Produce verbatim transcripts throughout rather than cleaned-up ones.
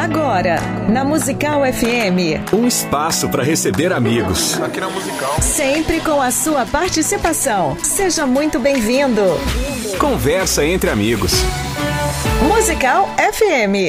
Agora, na Musical F M. Um espaço para receber amigos. Aqui na Musical. Sempre com a sua participação. Seja muito bem-vindo. Conversa entre amigos. Musical F M.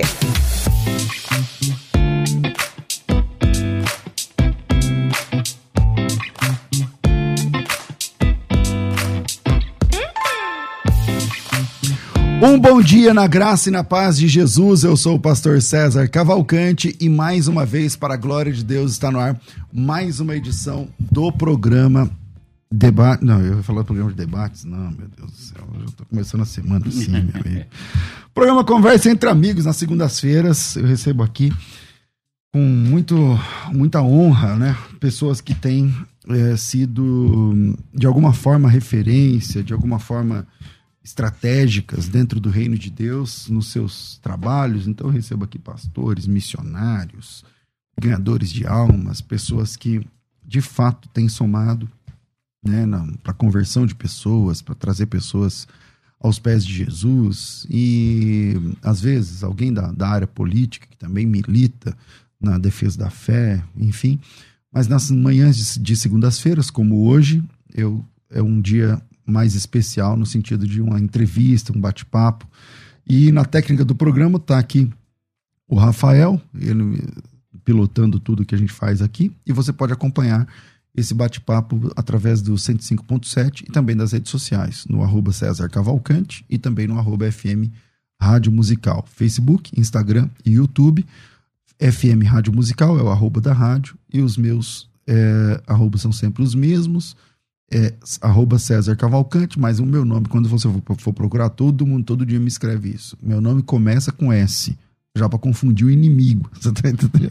Um bom dia na graça e na paz de Jesus. Eu sou o pastor César Cavalcante e mais uma vez, para a glória de Deus, está no ar mais uma edição do programa Debate. Não, eu ia falar do programa de debates. Não, meu Deus do céu, eu já estou começando a semana assim, meu amigo. Programa Conversa entre Amigos, nas segundas-feiras. Eu recebo aqui com muito, muita honra, né? Pessoas que têm é, sido, de alguma forma, referência, de alguma forma estratégicas dentro do reino de Deus nos seus trabalhos. Então eu recebo aqui pastores, missionários, ganhadores de almas, pessoas que de fato têm somado, né, para a conversão de pessoas, para trazer pessoas aos pés de Jesus. E às vezes alguém da, da área política que também milita na defesa da fé, enfim. Mas nas manhãs de, de segundas-feiras, como hoje, eu, é um dia mais especial no sentido de uma entrevista, um bate-papo. E na técnica do programa está aqui o Rafael, ele pilotando tudo que a gente faz aqui, e você pode acompanhar esse bate-papo através do cento e cinco ponto sete e também das redes sociais, no arroba César Cavalcante e também no arroba F M Rádio Musical, Facebook, Instagram e YouTube. F M Rádio Musical é o arroba da rádio e os meus é, arroba são sempre os mesmos. É arroba César Cavalcante, mas o meu nome, quando você for procurar, todo mundo, todo dia me escreve isso. Meu nome começa com S, já para confundir o inimigo, você tá entendendo?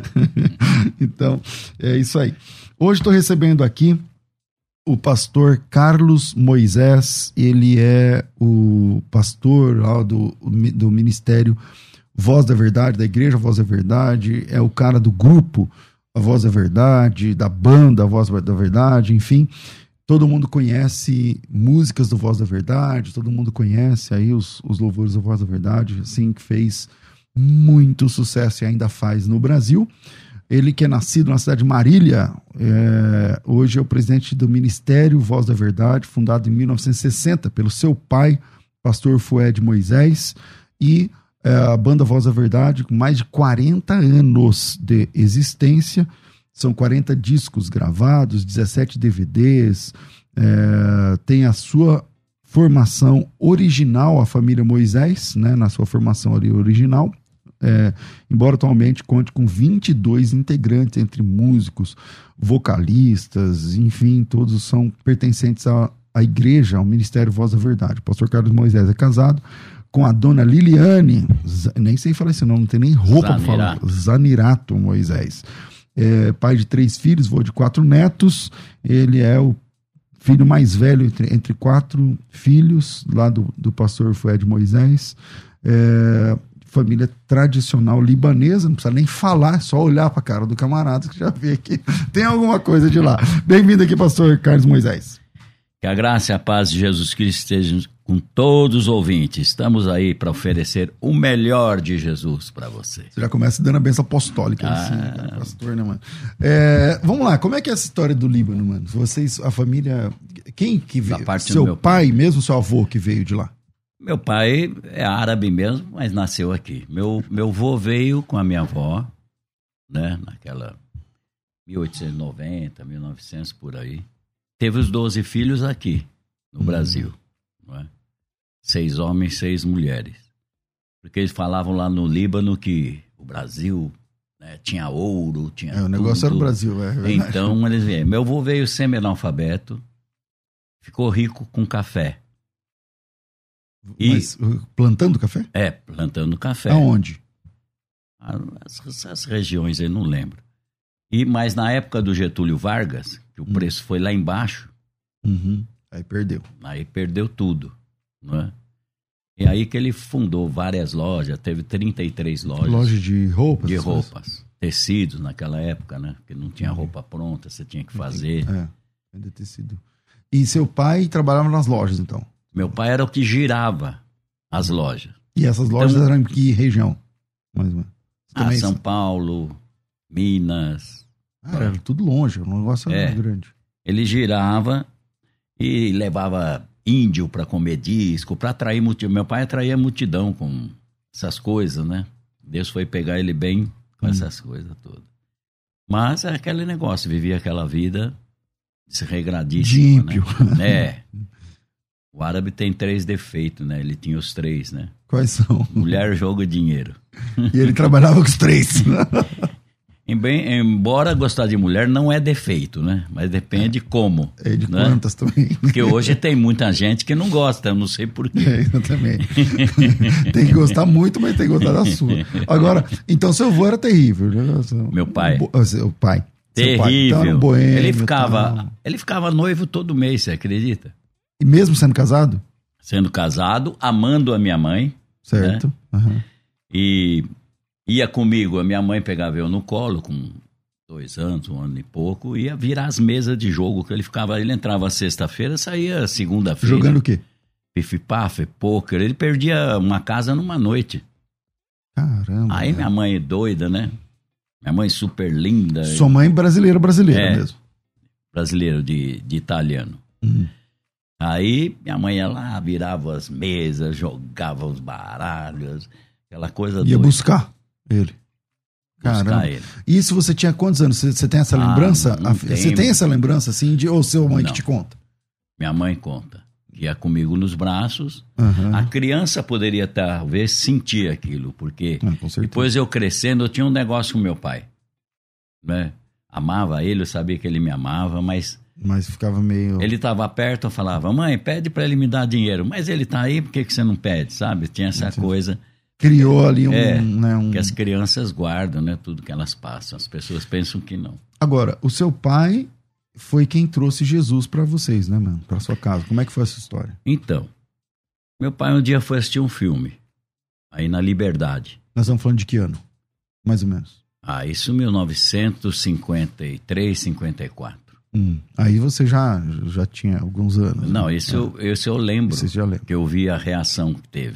Então, é isso aí. Hoje estou recebendo aqui o pastor Carlos Moisés. Ele é o pastor lá do, do Ministério Voz da Verdade, da Igreja Voz da Verdade, é o cara do grupo A Voz da Verdade, da banda A Voz da Verdade, enfim. Todo mundo conhece músicas do Voz da Verdade, todo mundo conhece aí os, os louvores do Voz da Verdade, assim, que fez muito sucesso e ainda faz no Brasil. Ele que é nascido na cidade de Marília, é, hoje é o presidente do Ministério Voz da Verdade, fundado em mil novecentos e sessenta pelo seu pai, pastor Fued Moisés, e é, a banda Voz da Verdade, com mais de quarenta anos de existência. São quarenta discos gravados, dezessete D V Ds, é, tem a sua formação original, a família Moisés, né, na sua formação original, é, embora atualmente conte com vinte e dois integrantes, entre músicos, vocalistas, enfim, todos são pertencentes à, à igreja, ao Ministério Voz da Verdade. O pastor Carlos Moisés é casado com a dona Liliane, nem sei falar esse nome, não tem nem roupa para falar, Zanirato Moisés. É, pai de três filhos, vô de quatro netos. Ele é o filho mais velho entre, entre quatro filhos lá do, do pastor Fued Moisés. É, família tradicional libanesa, não precisa nem falar, é só olhar para a cara do camarada que já vê que tem alguma coisa de lá. Bem-vindo aqui, pastor Carlos Moisés. Que a graça e a paz de Jesus Cristo estejam com todos os ouvintes. Estamos aí para oferecer o melhor de Jesus para você. Você já começa dando a bênção apostólica, ah. assim, né, pastor, né, mano? É, vamos lá, como é que é essa história do Líbano, mano? Vocês, a família, quem que veio? Seu pai, pai mesmo, seu avô que veio de lá? Meu pai é árabe mesmo, mas nasceu aqui. Meu, meu avô veio com a minha avó, né, naquela mil oitocentos e noventa, mil e novecentos, por aí. Teve os doze filhos aqui, no hum. Brasil. Não é? Seis homens, seis mulheres. Porque eles falavam lá no Líbano que o Brasil, né, tinha ouro, tinha é, o negócio tudo. Era o Brasil, é verdade. Então eles vieram. Meu avô veio semi-analfabeto, ficou rico com café. Mas e, plantando café? É, plantando café. Aonde? As, as regiões aí, não lembro. E, mas na época do Getúlio Vargas, que o hum. preço foi lá embaixo, uhum. aí perdeu. Aí perdeu tudo, não é? E aí que ele fundou várias lojas, teve trinta e três lojas. Loja de roupas? De roupas, tecidos naquela época, né? Porque não tinha roupa pronta, você tinha que fazer. É, ainda tecido. E seu pai trabalhava nas lojas, então? Meu pai era o que girava as lojas. E essas lojas então, eram em que região? Mais ou menos. Ah, Também São isso. Paulo, Minas. Ah, era tudo longe, o negócio era É. grande. Ele girava e levava índio para comer disco, para atrair multidão. Meu pai atraía multidão com essas coisas, né? Deus foi pegar ele bem com hum. essas coisas todas. Mas é aquele negócio, vivia aquela vida desregradíssima. Ímpio. Né? É. O árabe tem três defeitos, né? Ele tinha os três, né? Quais são? Mulher, jogo e dinheiro. E ele trabalhava com os três. Bem, embora gostar de mulher não é defeito, né? Mas depende como. É de né? quantas também. Porque hoje tem muita gente que não gosta, eu não sei porquê. É, eu também. Tem que gostar muito, mas tem que gostar da sua. Agora, então seu avô era terrível. Meu pai. O seu pai. Terrível. Seu pai, então, boêmio, ele, ficava, tal. ele ficava noivo todo mês, você acredita? E mesmo sendo casado? Sendo casado, amando a minha mãe. Certo. Né? Uhum. E ia comigo, a minha mãe pegava eu no colo com dois anos, um ano e pouco, ia virar as mesas de jogo que ele ficava, ele entrava sexta-feira, saía segunda-feira. Jogando o quê? Pife-pafe, pôquer, ele perdia uma casa numa noite. Caramba. Aí minha mãe doida, né? Minha mãe super linda. Sua mãe brasileira, brasileira é, mesmo. Brasileiro de, de italiano. Hum. Aí minha mãe ia lá, virava as mesas, jogava os baralhos, aquela coisa Ia doida. buscar ele. Buscar Caramba. ele. E isso você tinha quantos anos? Você, você tem essa Ah, lembrança? não Você tenho. tem essa lembrança assim de ou sua mãe Não. que te conta? Minha mãe conta. Ia comigo nos braços. Uhum. A criança poderia talvez sentir aquilo, porque Ah, com certeza. depois eu crescendo, eu tinha um negócio com meu pai. Né? Amava ele, eu sabia que ele me amava, mas Mas ficava meio. ele estava perto, eu falava, mãe, pede para ele me dar dinheiro. Mas ele tá aí, por que, que você não pede, sabe? Tinha essa Entendi. coisa Criou ali um. É, né, um... que as crianças guardam, né? Tudo que elas passam. As pessoas pensam que não. Agora, o seu pai foi quem trouxe Jesus pra vocês, né, mano? Pra sua casa. Como é que foi essa história? Então, meu pai um dia foi assistir um filme, aí na Liberdade. Nós estamos falando de que ano? Mais ou menos. Ah, isso em mil novecentos e cinquenta e três, cinquenta e quatro. Hum. Aí você já, já tinha alguns anos. Não, né? isso, eu, isso eu lembro, Você já lembra. que eu vi a reação que teve.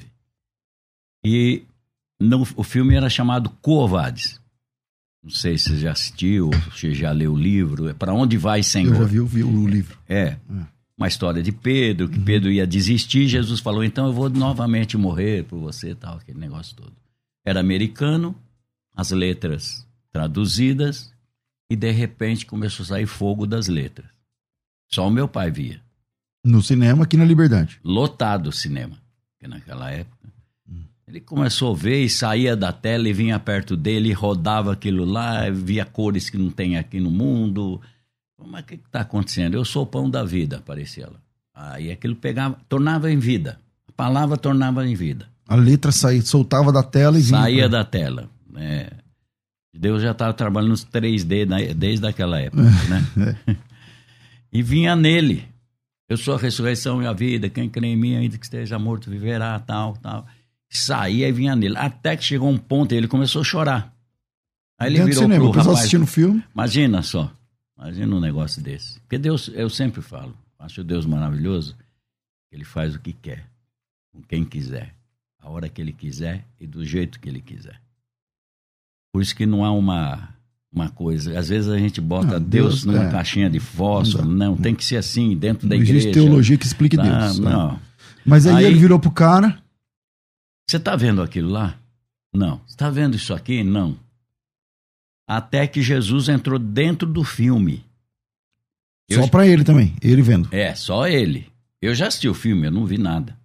E no, o filme era chamado Covardes. Não sei se você já assistiu, se já leu o livro. É Para Onde Vai, Senhor? Eu já vi, eu vi o livro. É, uma história de Pedro, que Pedro ia desistir, Jesus falou, então eu vou novamente morrer por você e tal, aquele negócio todo. Era americano, as letras traduzidas, e de repente começou a sair fogo das letras. Só o meu pai via. No cinema, aqui na Liberdade. Lotado o cinema, porque naquela época. Ele começou a ver e saía da tela e vinha perto dele, e rodava aquilo lá, via cores que não tem aqui no mundo. Mas o que está acontecendo? Eu sou o pão da vida, parecia lá. Aí aquilo pegava, tornava em vida. A palavra tornava em vida. A letra saía, soltava da tela e vinha. Saía pra... da tela. É. Deus já estava trabalhando nos três D né, desde aquela época, né? E vinha nele. Eu sou a ressurreição e a vida, quem crê em mim, ainda que esteja morto, viverá, tal, tal. Saía e vinha nele. Até que chegou um ponto e ele começou a chorar. Aí ele Dentro do virou cinema, pro o pessoal rapaz. assistindo o filme. Imagina só. Imagina um negócio desse. Porque Deus, eu sempre falo, acho Deus maravilhoso, ele faz o que quer, com quem quiser, a hora que ele quiser e do jeito que ele quiser. Por isso que não há uma, uma coisa, às vezes a gente bota Não, Deus, Deus, numa é. caixinha de fósforo, Não não, tem que ser assim, dentro da Não igreja. existe teologia que explique Tá, Deus. né? não. Mas aí, Aí- ele virou pro cara. Você está vendo aquilo lá? Não. Você está vendo isso aqui? Não. Até que Jesus entrou dentro do filme. Eu- Só pra ele também. Ele vendo. É, só ele. Eu já assisti o filme, eu não vi nada.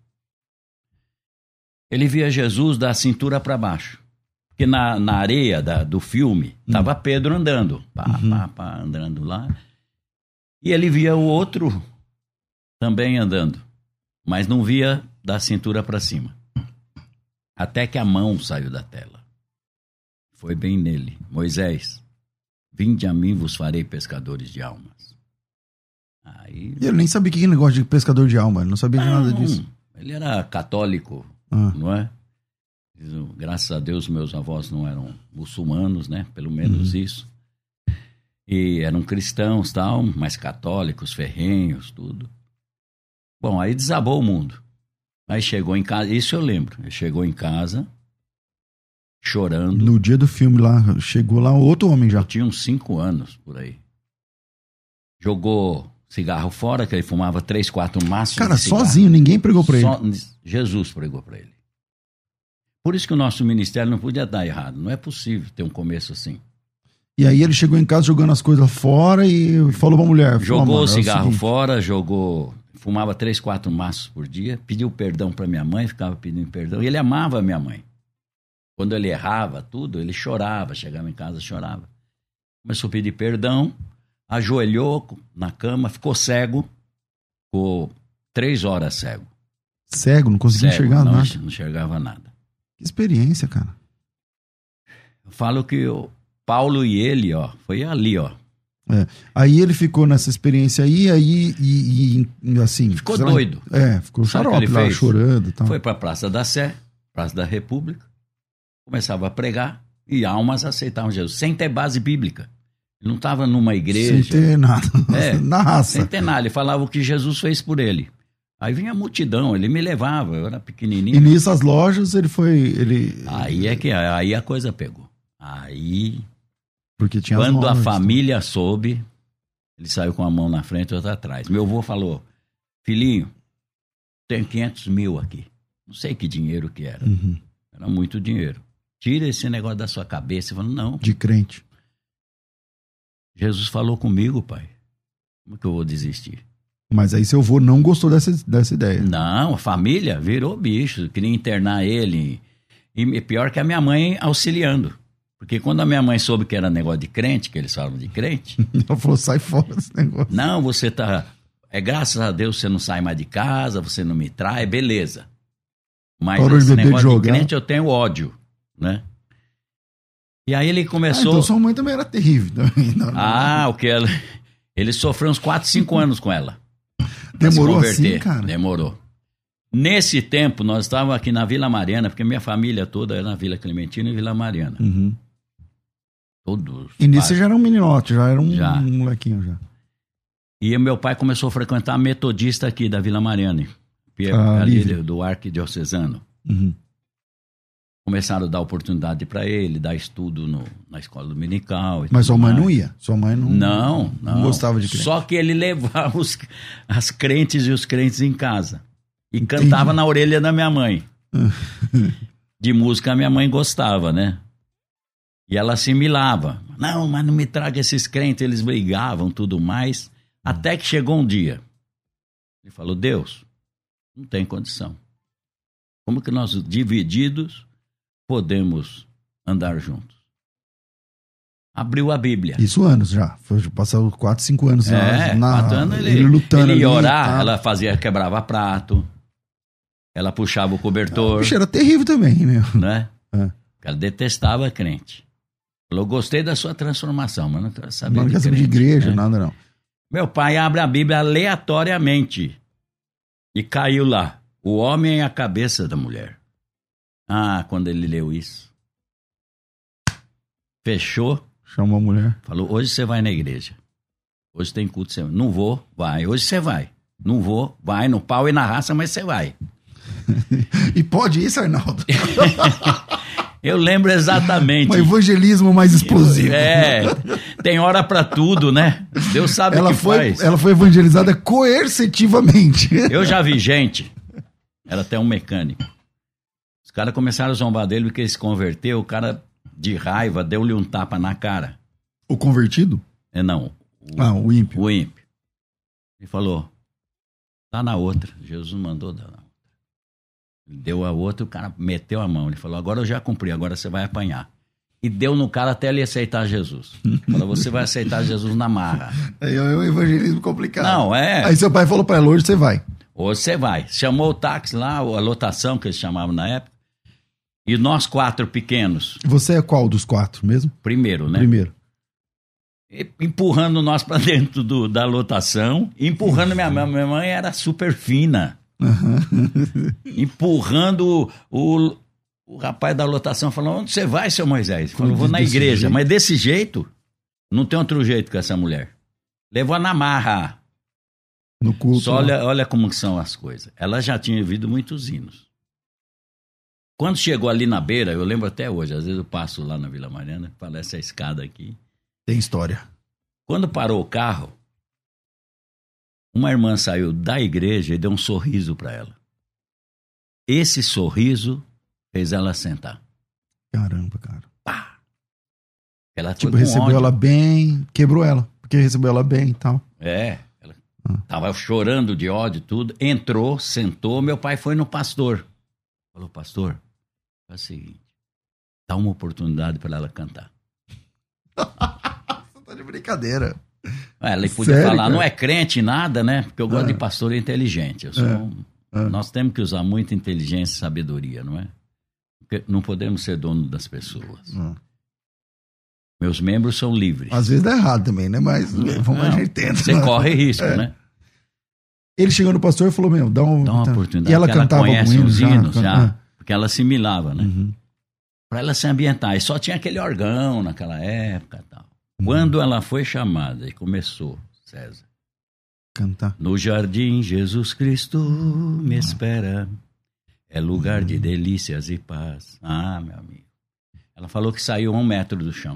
Ele via Jesus da cintura para baixo. Porque na, na areia da, do filme, estava Pedro andando. Pá, Uhum. pá, pá, andando lá. E ele via o outro também andando. Mas não via da cintura para cima. Até que a mão saiu da tela. Foi bem nele. Moisés, vinde a mim, vos farei pescadores de almas. Aí... E ele nem sabia que negócio de pescador de alma. Ele não sabia de nada Não, disso. Ele era católico, Ah. não é? Diz, graças a Deus, meus avós não eram muçulmanos, né? Pelo menos isso. E eram cristãos, tal, mas católicos, ferrenhos, tudo. Bom, aí desabou o mundo. Aí chegou em casa, isso eu lembro. Ele chegou em casa, chorando. No dia do filme lá, chegou lá outro homem já. Eu tinha uns cinco anos por aí. Jogou cigarro fora, que ele fumava três, quatro maços. Cara, sozinho, ninguém pregou pra Só, ele. Jesus pregou pra ele. Por isso que o nosso ministério não podia dar errado. Não é possível ter um começo assim. E aí ele chegou em casa jogando as coisas fora e falou pra mulher. Jogou oh, o cigarro é o fora, jogou... Fumava três, quatro maços por dia. Pediu perdão pra minha mãe, ficava pedindo perdão. E ele amava a minha mãe. Quando ele errava tudo, ele chorava. Chegava em casa, chorava. Começou a pedir perdão. Ajoelhou na cama, ficou cego. Ficou três horas cego. Cego, não conseguia Cego, enxergar não, nada. Não enxergava nada. Que experiência, cara. Eu falo que o Paulo e ele, ó, foi ali, ó. É. Aí ele ficou nessa experiência aí, aí e, e assim... Ficou sei lá, doido. É, ficou Sabe o que xarope ele lá, fez? chorando e tal. Foi pra Praça da Sé, Praça da República, começava a pregar e almas aceitavam Jesus, sem ter base bíblica. Ele não estava numa igreja. Sem ter nada. É, Na raça. Sem ter nada. Ele falava o que Jesus fez por ele. Aí vinha a multidão, ele me levava, eu era pequenininho. E nisso as lojas ele foi... Ele... Aí é que aí a coisa pegou. Aí, Porque tinha as quando a lojas, família soube, ele saiu com a mão na frente e outra atrás. Meu avô falou, filhinho, tem quinhentos mil aqui. Não sei que dinheiro que era. Uhum. Era muito dinheiro. Tira esse negócio da sua cabeça. Eu falei, não. De crente. Jesus falou comigo, pai. Como que eu vou desistir? Mas aí seu avô não gostou dessa, dessa ideia. Não, a família virou bicho. Queria internar ele. E pior que a minha mãe auxiliando. Porque quando a minha mãe soube que era negócio de crente, que eles falam de crente... Ela falou, sai fora desse negócio. Não, você tá... É graças a Deus você não sai mais de casa, você não me trai, beleza. Mas Parou de esse beber, negócio de de jogar. crente eu tenho ódio, né? E aí ele Ah, começou... então sua mãe também era terrível. Também, não, não. Ah, o que ela... Ele sofreu uns quatro, cinco anos com ela. Pra Demorou se converter. assim, cara? Demorou. Nesse tempo, nós estávamos aqui na Vila Mariana, porque minha família toda era na Vila Clementina e Vila Mariana. Uhum. Todos. E nisso pais. você já era um meninote, já era um, Já. um molequinho já. E meu pai começou a frequentar a metodista aqui da Vila Mariana. Ah, ali Lívia. do arquidiocesano. Uhum. Começaram a dar oportunidade para ele, dar estudo no, na escola dominical. e Mas tudo sua mãe mais. não ia? Sua mãe não, Não, não. não gostava de crente? Só que ele levava os, as crentes e os crentes em casa. E Entendi. cantava na orelha da minha mãe. De música a minha mãe gostava, né? E ela assimilava. Não, mas não me traga esses crentes. Eles brigavam, tudo mais. Até que chegou um dia. Ele falou, Deus, não tem condição. Como que nós, divididos, podemos andar juntos? Abriu a Bíblia. Isso anos já. Foi passar quatro, cinco anos É, lá, na, quatro anos ele, ele lutando ele ia ali, orar, tá? ela fazia, quebrava prato, ela puxava o cobertor, O bicho era terrível também, meu. né? É. Ela detestava crente. Falou, gostei da sua transformação, mas não quero saber Não de quer saber de crente, igreja, né? nada não. Meu pai abre a Bíblia aleatoriamente e caiu lá. O homem é a cabeça da mulher. Ah, quando ele leu isso. Fechou. Chamou a mulher. Falou, hoje você vai na igreja. Hoje tem culto. Você... Não vou, vai. Hoje você vai. Não vou, vai no pau e na raça, mas você vai. E pode isso, Arnaldo? Eu lembro exatamente. Um evangelismo mais explosivo. É, tem hora pra tudo, né? Deus sabe o Ela que foi, faz. ela foi evangelizada coercitivamente. Eu já vi gente, era até um mecânico. Os caras começaram a zombar dele porque ele se converteu, o cara, de raiva, deu-lhe um tapa na cara. O convertido? É, não. O, Ah, o ímpio. o ímpio. Ele falou, tá na outra. Jesus mandou dar na outra. Ele deu a outra, o cara meteu a mão. Ele falou, agora eu já cumpri, agora você vai apanhar. E deu no cara até ele aceitar Jesus. Falou, você vai aceitar Jesus na marra. É um evangelismo complicado. Não, é. Aí seu pai falou pra ela, hoje você vai. Hoje você vai. Chamou o táxi lá, a lotação que eles chamavam na época. E nós quatro pequenos, Você é qual dos quatro mesmo? primeiro, né? Primeiro. E empurrando nós pra dentro do, da lotação. Empurrando minha mãe. Minha mãe era super fina. Empurrando o, o, o rapaz da lotação, falando, onde você vai, seu Moisés? Ele falou, vou na Desse igreja. jeito? Mas desse jeito, não tem outro jeito com essa mulher. Levou na marra. No culto. Só lá. olha, olha como que são as coisas. Ela já tinha ouvido muitos hinos. Quando chegou ali na beira, eu lembro até hoje, às vezes eu passo lá na Vila Mariana, falo essa escada aqui. Tem história. Quando parou o carro, uma irmã saiu da igreja e deu um sorriso para ela. Esse sorriso fez ela sentar. Caramba, cara. Pá! Ela Tipo, foi com recebeu ódio. ela bem, quebrou ela, porque recebeu ela bem e tal. É, ela ah. tava chorando de ódio e tudo. Entrou, sentou, meu pai foi no pastor. Falou, pastor, é o seguinte, dá uma oportunidade para ela cantar. Você tá de brincadeira. Ela podia Sério, falar, cara? não é crente nada, né? Porque eu gosto Ah. de pastor inteligente. Eu sou É. um- Ah. Nós temos que usar muita inteligência e sabedoria, não é? Porque não podemos ser dono das pessoas. Ah. Meus membros são livres. Às vezes dá errado também, né? Mas vamos Não, a gente tenta. você corre risco, É. né? Ele chegou no pastor e falou, meu, dá, um, Dá uma tá. oportunidade. E ela porque cantava ela conhece algum hino os hinos já, já. porque ela assimilava, né? Uhum. Para ela se ambientar. E só tinha aquele órgão naquela época e tal. Uhum. Quando ela foi chamada e começou, César, Cantar. no jardim Jesus Cristo me espera, é lugar de delícias e paz. Ah, meu amigo. Ela falou que saiu a um metro do chão.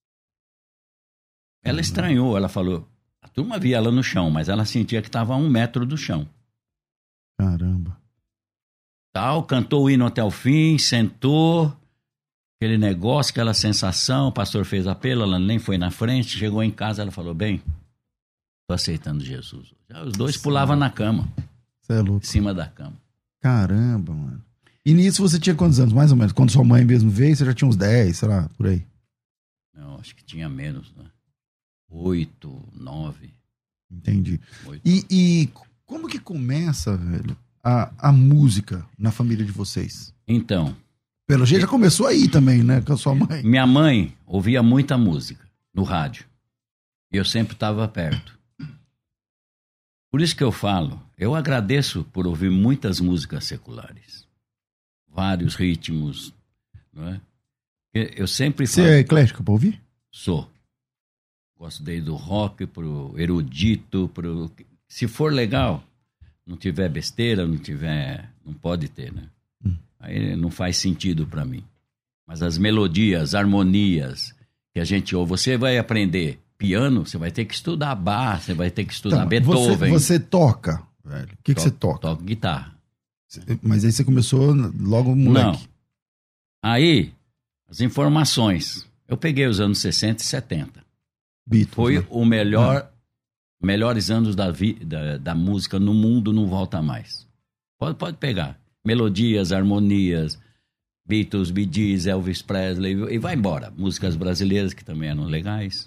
Ela estranhou, ela falou, a turma via ela no chão, mas ela sentia que estava a um metro do chão. Caramba. Tal, cantou o hino até o fim, sentou, aquele negócio, aquela sensação, o pastor fez apelo, ela nem foi na frente, chegou em casa, ela falou, bem, tô aceitando Jesus. Já os dois pulavam na cama, Você é louco. em cima da cama. Caramba, mano. E nisso você tinha quantos anos, mais ou menos? Quando sua mãe mesmo veio, você já tinha uns dez, sei lá, por aí. Não, acho que tinha menos, né? Oito, nove. Entendi. Oito. E, e como que começa, velho, a, a música na família de vocês? Então, Pelo jeito já começou aí também, né, com a sua mãe. minha mãe ouvia muita música no rádio. E eu sempre estava perto. Por isso que eu falo, eu agradeço por ouvir muitas músicas seculares. Vários ritmos, não é? Eu sempre Você falo, é eclético pra ouvir? sou. Gosto desde do rock pro erudito, pro... Se for legal, não tiver besteira, não tiver... Não pode ter, né? Hum. Aí não faz sentido para mim. Mas as melodias, harmonias que a gente ouve, você vai aprender piano, você vai ter que estudar Bach, você vai ter que estudar Então, Beethoven. Você, você toca, velho. O que, que você toca? Toco guitarra. Mas aí você começou logo moleque. Não. Aí, as informações. Eu peguei os anos sessenta e setenta. Beatles, Foi né? o melhor, melhores anos da, vi, da, da música no mundo, não volta mais. Pode, pode pegar. Melodias, harmonias, Beatles, Bee Gees, Elvis Presley, e vai embora. Músicas brasileiras que também eram legais.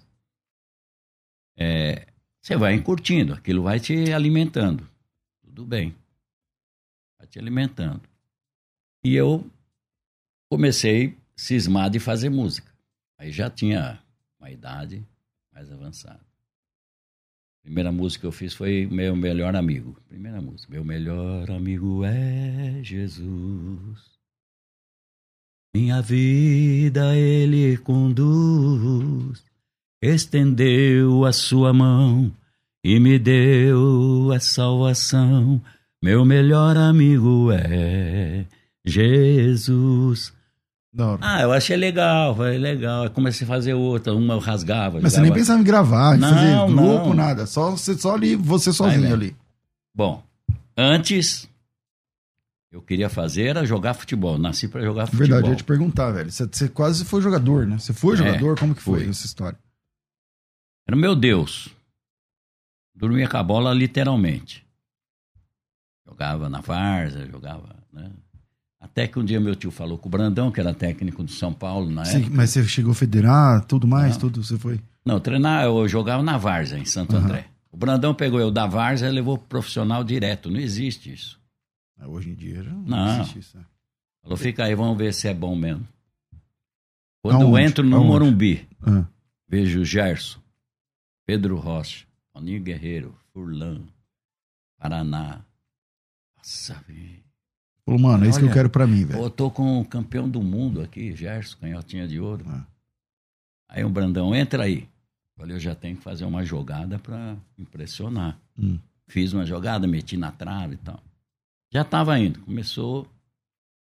É, você vai curtindo, aquilo vai te alimentando. Tudo bem. Vai te alimentando. E eu comecei a cismar de fazer música. Aí já tinha uma idade mais avançada. A primeira música que eu fiz foi Meu Melhor Amigo. Primeira música. Meu melhor amigo é Jesus. Minha vida ele conduz. Estendeu a sua mão e me deu a salvação. Meu melhor amigo é Jesus. Da hora. Ah, eu achei legal, foi legal. Aí comecei a fazer outra, uma eu rasgava. Mas você jogava- nem pensava em gravar, em Não, fazer grupo, não. nada. Só você só ali, você sozinho velho. ali. Bom, antes eu queria fazer era jogar futebol. Nasci pra jogar futebol. Verdade, eu ia te perguntar, velho. Você, você quase foi jogador, né? Você foi É, jogador? Como que foi fui. essa história? Era o meu Deus. Dormia com a bola literalmente. Jogava na várzea, jogava, né? Até que um dia meu tio falou com o Brandão, que era técnico do São Paulo na Você- época. mas você chegou a federar, tudo mais, Não. tudo, você foi? Não, treinar, eu jogava na várzea, em Santo Aham. André. O Brandão pegou eu da várzea e levou pro profissional direto. Não existe isso. Ah, hoje em dia já não, Não. existe isso. né? Falou, fica aí, vamos ver se é bom mesmo. Quando Aonde? eu entro no Aonde? Morumbi, Ah, vejo Gerson, Pedro Rocha, Toninho Guerreiro, Furlan, Paraná. Nossa, velho. falou, mano, é isso que eu Olha, quero pra mim, velho. Pô, eu tô com o campeão do mundo aqui, Gerson, canhotinha de ouro. Ah. Aí o Brandão, entra aí. Falei, eu já tenho que fazer uma jogada pra impressionar. Hum. Fiz uma jogada, meti na trave e tal. Já tava indo. Começou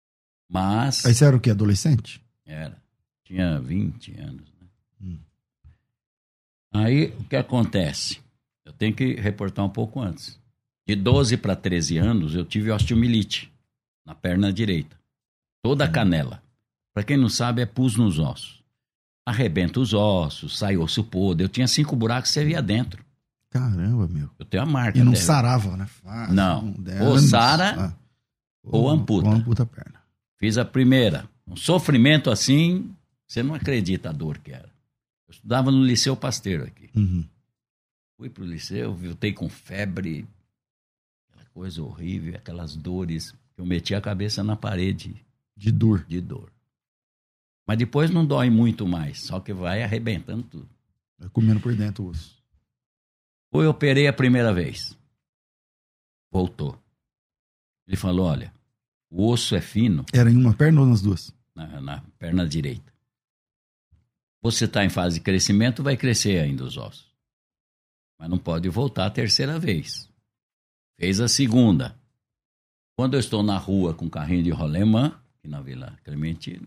Mas... Aí você era o quê? Adolescente? Era. Tinha vinte anos. Né? Hum. Aí, o que acontece? Eu tenho que reportar um pouco antes. De doze para treze anos, eu tive osteomielite na perna direita. Toda a canela. Para quem não sabe, é pus nos ossos. Arrebenta os ossos, sai osso podre. Eu tinha cinco buracos, você via dentro. Caramba, meu. Eu tenho a marca. E não dela. sarava, né? Fácil, Não. dez Ou anos. sara Ah. ou amputa. Ou amputa a perna. Fiz a primeira. Um sofrimento assim, você não acredita a dor que era. Eu estudava no Liceu Pasteiro aqui. Uhum. Fui pro liceu, voltei com febre, aquela coisa horrível, aquelas dores. Eu meti a cabeça na parede De dor. de dor. Mas depois não dói muito mais, só que vai arrebentando tudo. Vai comendo por dentro o osso. Ou eu operei a primeira vez. Voltou. Ele falou, olha, o osso é fino Era em uma perna ou nas duas? na, na perna direita. Você está em fase de crescimento, vai crescer ainda os ossos. Mas não pode voltar a terceira vez. Fez a segunda. Quando eu estou na rua com um carrinho de rolemã, aqui na Vila Clementino,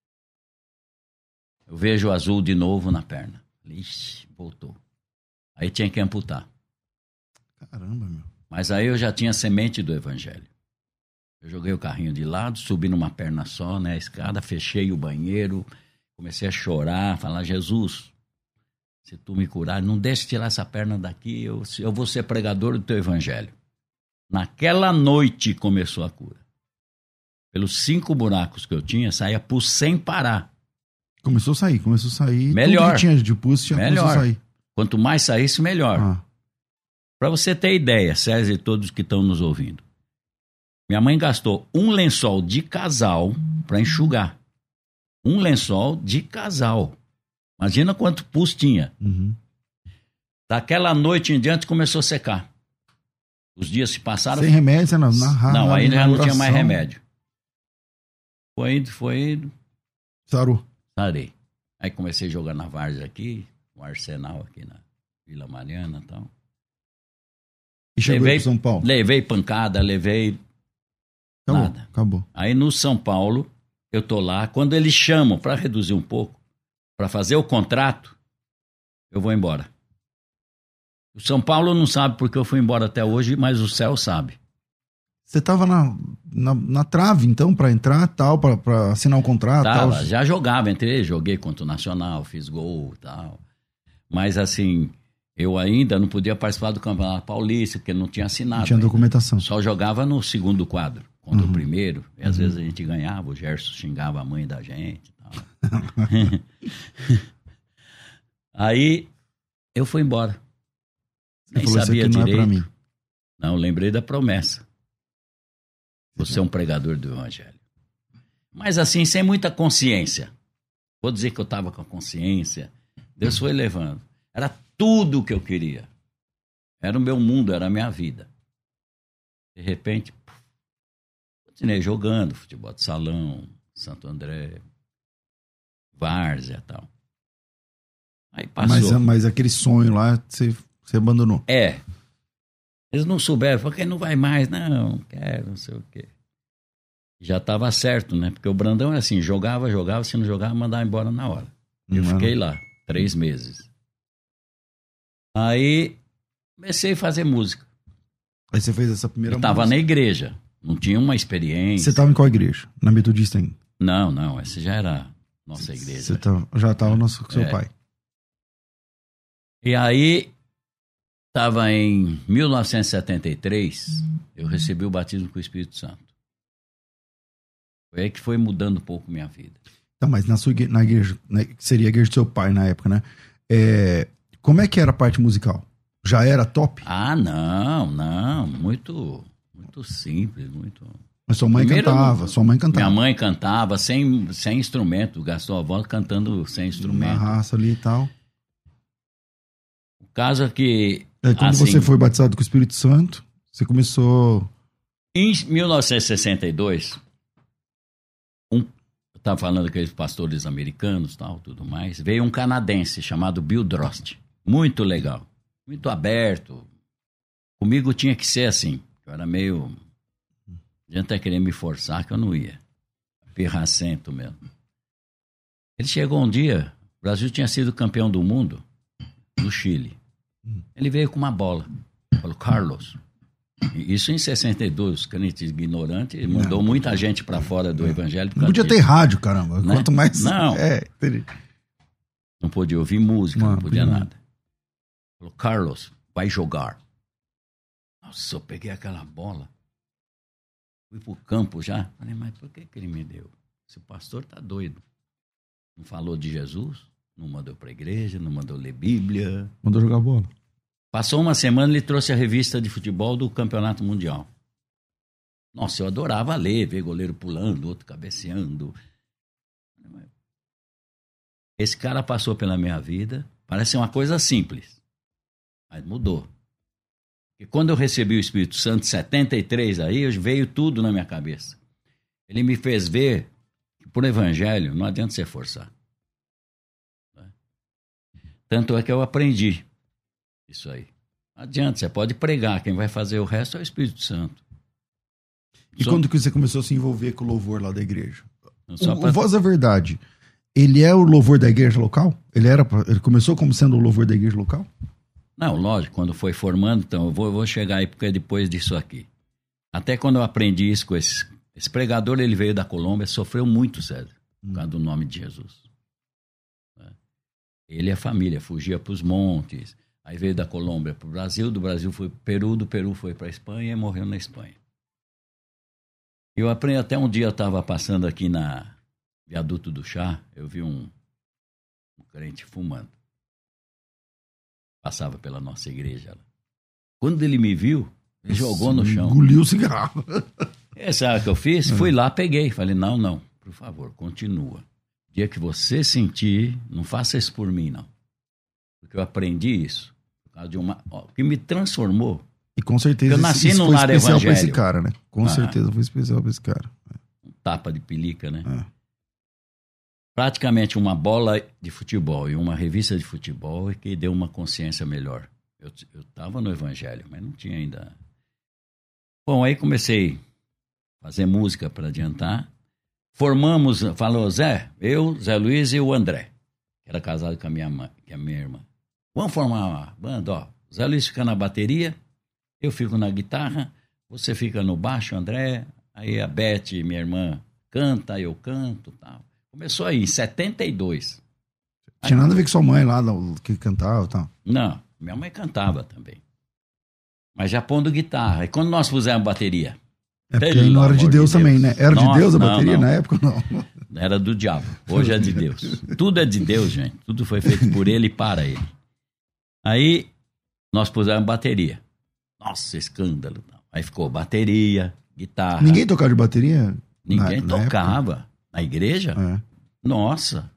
eu vejo o azul de novo na perna. Ixi, voltou. Aí tinha que amputar. Caramba, meu. Mas aí eu já tinha semente do evangelho. Eu joguei o carrinho de lado, subi numa perna só, né, a escada, fechei o banheiro, comecei a chorar, falar, Jesus, se tu me curar, não deixe tirar essa perna daqui, eu, eu vou ser pregador do teu evangelho. Naquela noite começou a cura. Pelos cinco buracos que eu tinha, saía pus sem parar. Começou a sair, começou a sair. Melhor. Tudo que tinha de pus já Melhor. começou a sair. Quanto mais saísse, melhor. Ah. Para você ter ideia, César e todos que estão nos ouvindo, minha mãe gastou um lençol de casal para enxugar. Um lençol de casal. Imagina quanto pus tinha. Uhum. Daquela noite em diante começou a secar. Os dias se passaram. Sem remédio, você não, na, Não, na, aí na já não tinha oração. mais remédio. Foi indo, foi indo, Sarou. sarei. Aí comecei a jogar na várzea aqui, no Arsenal aqui na Vila Mariana e tal. E chegou Levei- aí pro São Paulo. Levei pancada, levei Acabou, nada. acabou. Aí no São Paulo, eu tô lá, quando eles chamam para reduzir um pouco, para fazer o contrato, eu vou embora. O São Paulo não sabe porque eu fui embora até hoje, mas o céu sabe. Você tava na, na, na trave, então, pra entrar, tal, pra, pra assinar um contrato, Tava, tal. já jogava, entrei, joguei contra o Nacional, fiz gol e tal. Mas assim, eu ainda não podia participar do Campeonato Paulista, porque não tinha assinado. Não tinha ainda. documentação. Só jogava no segundo quadro, contra Uhum. o primeiro. E às vezes a gente ganhava, o Gerson xingava a mãe da gente e tal. Aí eu fui embora. Você Nem falou, isso sabia aqui não direito. é pra mim. Não, lembrei da promessa. Você é um pregador do evangelho. Mas assim, sem muita consciência. Vou dizer que eu estava com a consciência. Deus foi levando. Era tudo o que eu queria. Era o meu mundo, era a minha vida. De repente, puf, continuei jogando futebol de salão, Santo André, várzea e tal. Aí passou. Mas, mas aquele sonho lá, você, você abandonou. É. Eles não souberam, falaram que não vai mais, não, não quero, não sei o quê. Já estava certo, né? Porque o Brandão é assim, jogava, jogava, se não jogava, mandava embora na hora. Eu Não. fiquei lá, três meses. Aí comecei a fazer música. Aí você fez essa primeira Eu estava música. na igreja, não tinha uma experiência. Você tava em qual igreja? Na Metodista ainda? Não, não, essa já era nossa igreja. Você tava, já tava no seu É. pai. E aí, estava em mil novecentos e setenta e três, eu recebi o batismo com o Espírito Santo. Foi aí que foi mudando um pouco minha vida. Então, mas na sua igreja, na igreja, né, que seria a igreja do seu pai na época, né? É, como é que era a parte musical? Já era top? Ah, não, não, muito, muito simples, muito... Mas sua mãe Primeiro, cantava, eu- sua mãe cantava. Minha mãe cantava sem, sem instrumento, gastou a voz cantando sem Na instrumento. raça ali e tal. O caso é que... Aí quando assim, você foi batizado com o Espírito Santo, você começou... Em mil novecentos e sessenta e dois, um, eu estava falando daqueles pastores americanos tal, tudo mais, veio um canadense chamado Bill Drost, muito legal, muito aberto. Comigo tinha que ser assim, eu era meio... A gente até queria me forçar que eu não ia. pirracento mesmo. Ele chegou um dia, o Brasil tinha sido campeão do mundo no Chile. Ele veio com uma bola. Falou, Carlos, isso em sessenta e dois, os crentes ignorantes, ele mandou não, muita gente para fora do evangelho. Não podia ter rádio, caramba. Né? Quanto mais... Não. É, não podia ouvir música, não, não podia podia nada. Falou, Carlos, vai jogar. Nossa, eu peguei aquela bola. Fui pro campo já. Falei, mas por que que ele me deu? Esse pastor tá doido. Não falou de Jesus, não mandou pra igreja, não mandou ler Bíblia. Mandou jogar bola. Passou uma semana, ele trouxe a revista de futebol do Campeonato Mundial. Nossa, eu adorava ler, ver goleiro pulando, outro cabeceando. Esse cara passou pela minha vida, parece uma coisa simples, mas mudou. E quando eu recebi o Espírito Santo, em setenta e três, aí, veio tudo na minha cabeça. Ele me fez ver que por evangelho não adianta você forçar. Tanto é que eu aprendi isso aí. Não adianta, você pode pregar, quem vai fazer o resto é o Espírito Santo. E só... quando que você começou a se envolver com o louvor lá da igreja? O, pra... o Voz da Verdade, ele é o louvor da igreja local? Ele, era, ele começou como sendo o louvor da igreja local? Não, lógico, quando foi formando, então eu vou, eu vou chegar aí porque é depois disso aqui. Até quando eu aprendi isso com esse, esse pregador, ele veio da Colômbia, sofreu muito, César, por causa do nome de Jesus. Ele e a família, fugia para os montes, aí veio da Colômbia para o Brasil, do Brasil foi para o Peru, do Peru foi para a Espanha e morreu na Espanha. Eu aprendi, até um dia eu estava passando aqui na Viaduto do Chá, eu vi um, um crente fumando. Passava pela nossa igreja. Quando ele me viu, ele Nossa, jogou no chão. Engoliu o cigarro. É, sabe o que eu fiz? É. Fui lá, peguei. Falei, não, não, por favor, continua. Dia que você sentir, não faça isso por mim, não. Porque eu aprendi isso. Por causa de uma... Ó, que me transformou. E com certeza eu nasci isso num foi lar especial evangélico. Pra esse cara, né? Com ah, certeza foi especial pra esse cara. Um tapa de pelica, né? É. Praticamente uma bola de futebol e uma revista de futebol é que deu uma consciência melhor. Eu estava no evangelho, mas não tinha ainda... Bom, aí comecei a fazer música para adiantar. Formamos, falou Zé, eu, Zé Luiz e o André, que era casado com a minha, mãe, com a minha irmã. Vamos formar uma banda, ó. Zé Luiz fica na bateria, eu fico na guitarra, você fica no baixo, André, aí a Beth, minha irmã, canta, eu canto e tal. Começou aí, em setenta e dois. Tinha nada a ver com sua mãe lá, que cantava e tal? Não, minha mãe cantava também. Mas já pondo guitarra. E quando nós pusemos bateria? É porque não era de Deus, Deus também, né? Era Nossa, de Deus a bateria não, não. na época, não? Era do diabo. Hoje é de Deus. Tudo é de Deus, gente. Tudo foi feito por ele e para ele. Aí nós pusemos bateria. Nossa, escândalo. Aí ficou bateria, guitarra. Ninguém tocava de bateria? Ninguém na, tocava. Na Na igreja? É. Nossa.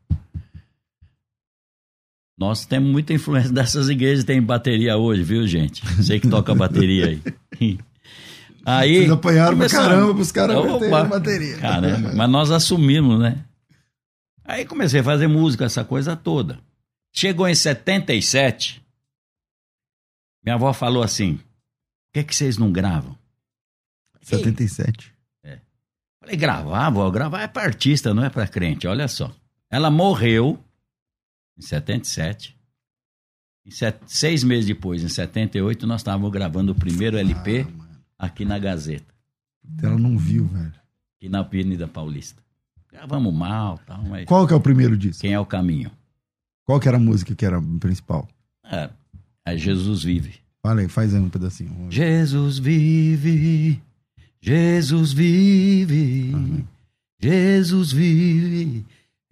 Nós temos muita influência dessas igrejas que tem bateria hoje, viu, gente? Sei que toca bateria aí. Aí vocês apanharam pra caramba pros caras meterem bateria. Caramba, mas nós assumimos, né? Aí comecei a fazer música, essa coisa toda. Chegou em setenta e sete, minha avó falou assim, por que que vocês não gravam? setenta e sete. É. Falei, gravar, vó, gravar é pra artista, não é pra crente, olha só. Ela morreu em setenta e sete. Em set... Seis meses depois, em setenta e oito, nós estávamos gravando o primeiro L P ah, aqui na Gazeta. Ela não viu, velho. Aqui na Avenida Paulista. Gravamos mal e tal, mas... Qual que é o primeiro disco? Quem é o Caminho. Qual que era a música que era a principal? É, é Jesus Vive. Fala aí, faz aí um pedacinho. Jesus vive, Jesus vive, uhum. Jesus vive,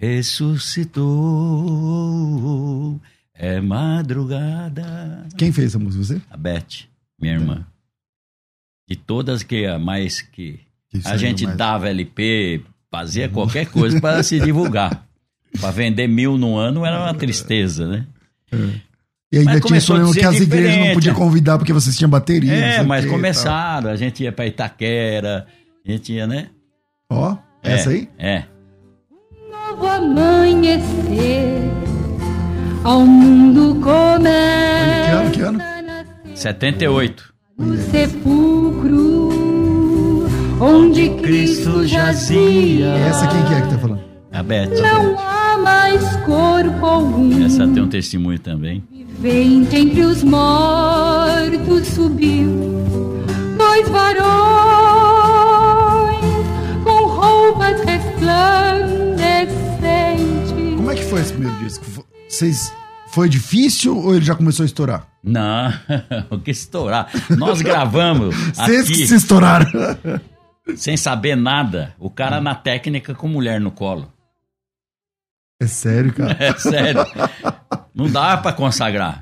ressuscitou, é madrugada. Quem fez essa música, você? A Beth, minha irmã. De todas que a mais que, que a gente mais... dava L P, fazia qualquer coisa para se divulgar. Para vender mil no ano era uma tristeza, né? É. E ainda tinha problema que as igrejas diferente. Não podiam convidar porque vocês tinham bateria. É, mas que, começaram, a gente ia para Itaquera, a gente ia, né? Ó, oh, é, essa aí? É. Novo amanhecer, ao mundo começa. Que ano, que ano? setenta e oito. O sepulcro, onde Cristo jazia. Essa quem que é que tá falando? A Beth. Não há mais corpo algum. Essa tem um testemunho também. Vivente entre os mortos subiu dois varões com roupas resplandecentes. Como é que foi esse primeiro disco? Vocês... Foi difícil ou ele já começou a estourar? Não, o que estourar? Nós gravamos Vocês aqui, que se estouraram. sem saber nada, o cara na técnica com mulher no colo. É sério, cara? É sério. Não dava pra consagrar.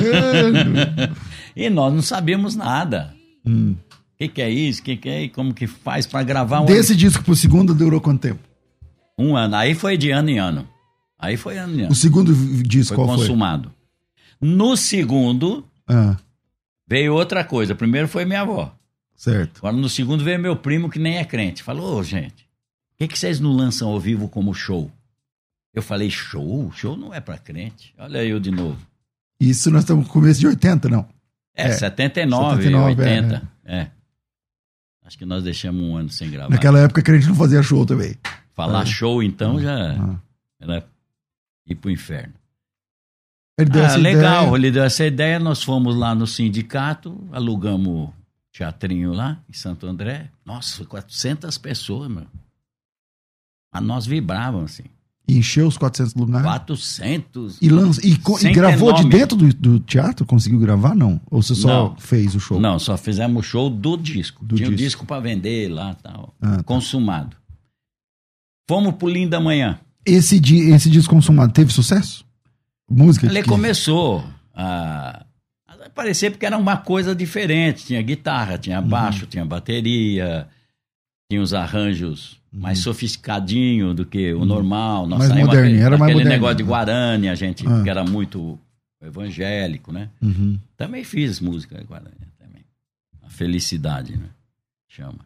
E nós não sabíamos nada. O hum. que, que é isso? O que, que é isso? Como que faz pra gravar um... Desse disco pro segundo durou quanto tempo? Um ano. Aí foi de ano em ano. Aí foi ano em ano. O segundo disco foi qual consumado. Foi? No segundo, ah. veio outra coisa. Primeiro foi minha avó. Certo. Agora no segundo veio meu primo, que nem é crente. Falou, ô, gente, por que, que vocês não lançam ao vivo como show? Eu falei, show? Show não é pra crente. Olha eu de novo. Isso nós estamos no começo de oitenta, não? É, é setenta e nove, setenta e nove, oitenta. É, é. Acho que nós deixamos um ano sem gravar. Naquela época a crente não fazia show também. Falar é. show, então, ah. já ah. era ir pro inferno. Ele deu ah, essa legal, ideia. ele deu essa ideia, nós fomos lá no sindicato, alugamos teatrinho lá, em Santo André. Nossa, foi quatrocentas pessoas, meu. Mas nós vibrávamos, assim. E encheu os quatrocentos lugares? quatrocentos. E, lança, e, e gravou de dentro do, do teatro? Conseguiu gravar, não? Ou você só não. fez o show? Não, só fizemos o show do disco. Do Tinha o disco. disco para vender lá e tal. Ah, tá. Consumado. Fomos pro Linda Manhã. Esse, esse disco consumado teve sucesso? Música? Ele que... começou a... a aparecer porque era uma coisa diferente. Tinha guitarra, tinha baixo, uhum. tinha bateria, tinha os arranjos uhum. mais sofisticadinhos do que o normal. Nós mais moderno, aquele, era mais aquele moderno. negócio de Guarani, a gente ah. que era muito evangélico, né? Uhum. Também fiz música de Guarani também. A Felicidade, né? Chama.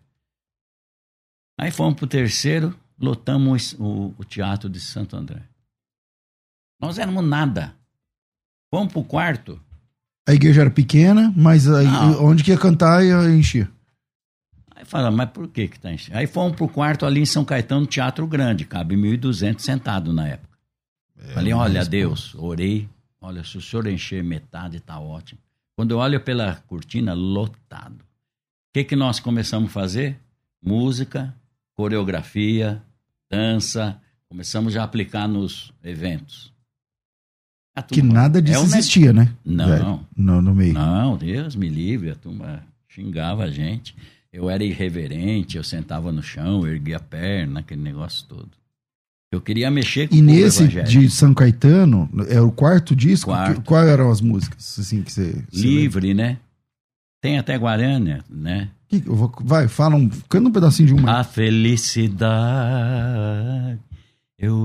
Aí fomos pro terceiro, lotamos o, o Teatro de Santo André. Nós éramos nada. Fomos pro quarto. A igreja era pequena, mas aí, onde que ia cantar ia encher. Aí fala, mas por que que tá enchendo? Aí fomos pro quarto ali em São Caetano, Teatro Grande, cabe mil e duzentos sentados na época. É, Falei, olha, Deus, orei, olha, se o senhor encher metade, tá ótimo. Quando eu olho pela cortina, lotado. O que que nós começamos a fazer? Música, coreografia, dança, começamos já a aplicar nos eventos. A que nada disso é um existia, né? Não. No, no meio. Não, Deus me livre, a turma xingava a gente. Eu era irreverente, eu sentava no chão, erguia a perna, aquele negócio todo. Eu queria mexer com e o nesse evangelho. De São Caetano, é o quarto disco? Quarto. Que, quais eram as músicas? Assim, que você, você Livre, lembra? né? Tem até Guarani, né? Que, eu vou, vai, fala um, canta um pedacinho de uma. A felicidade eu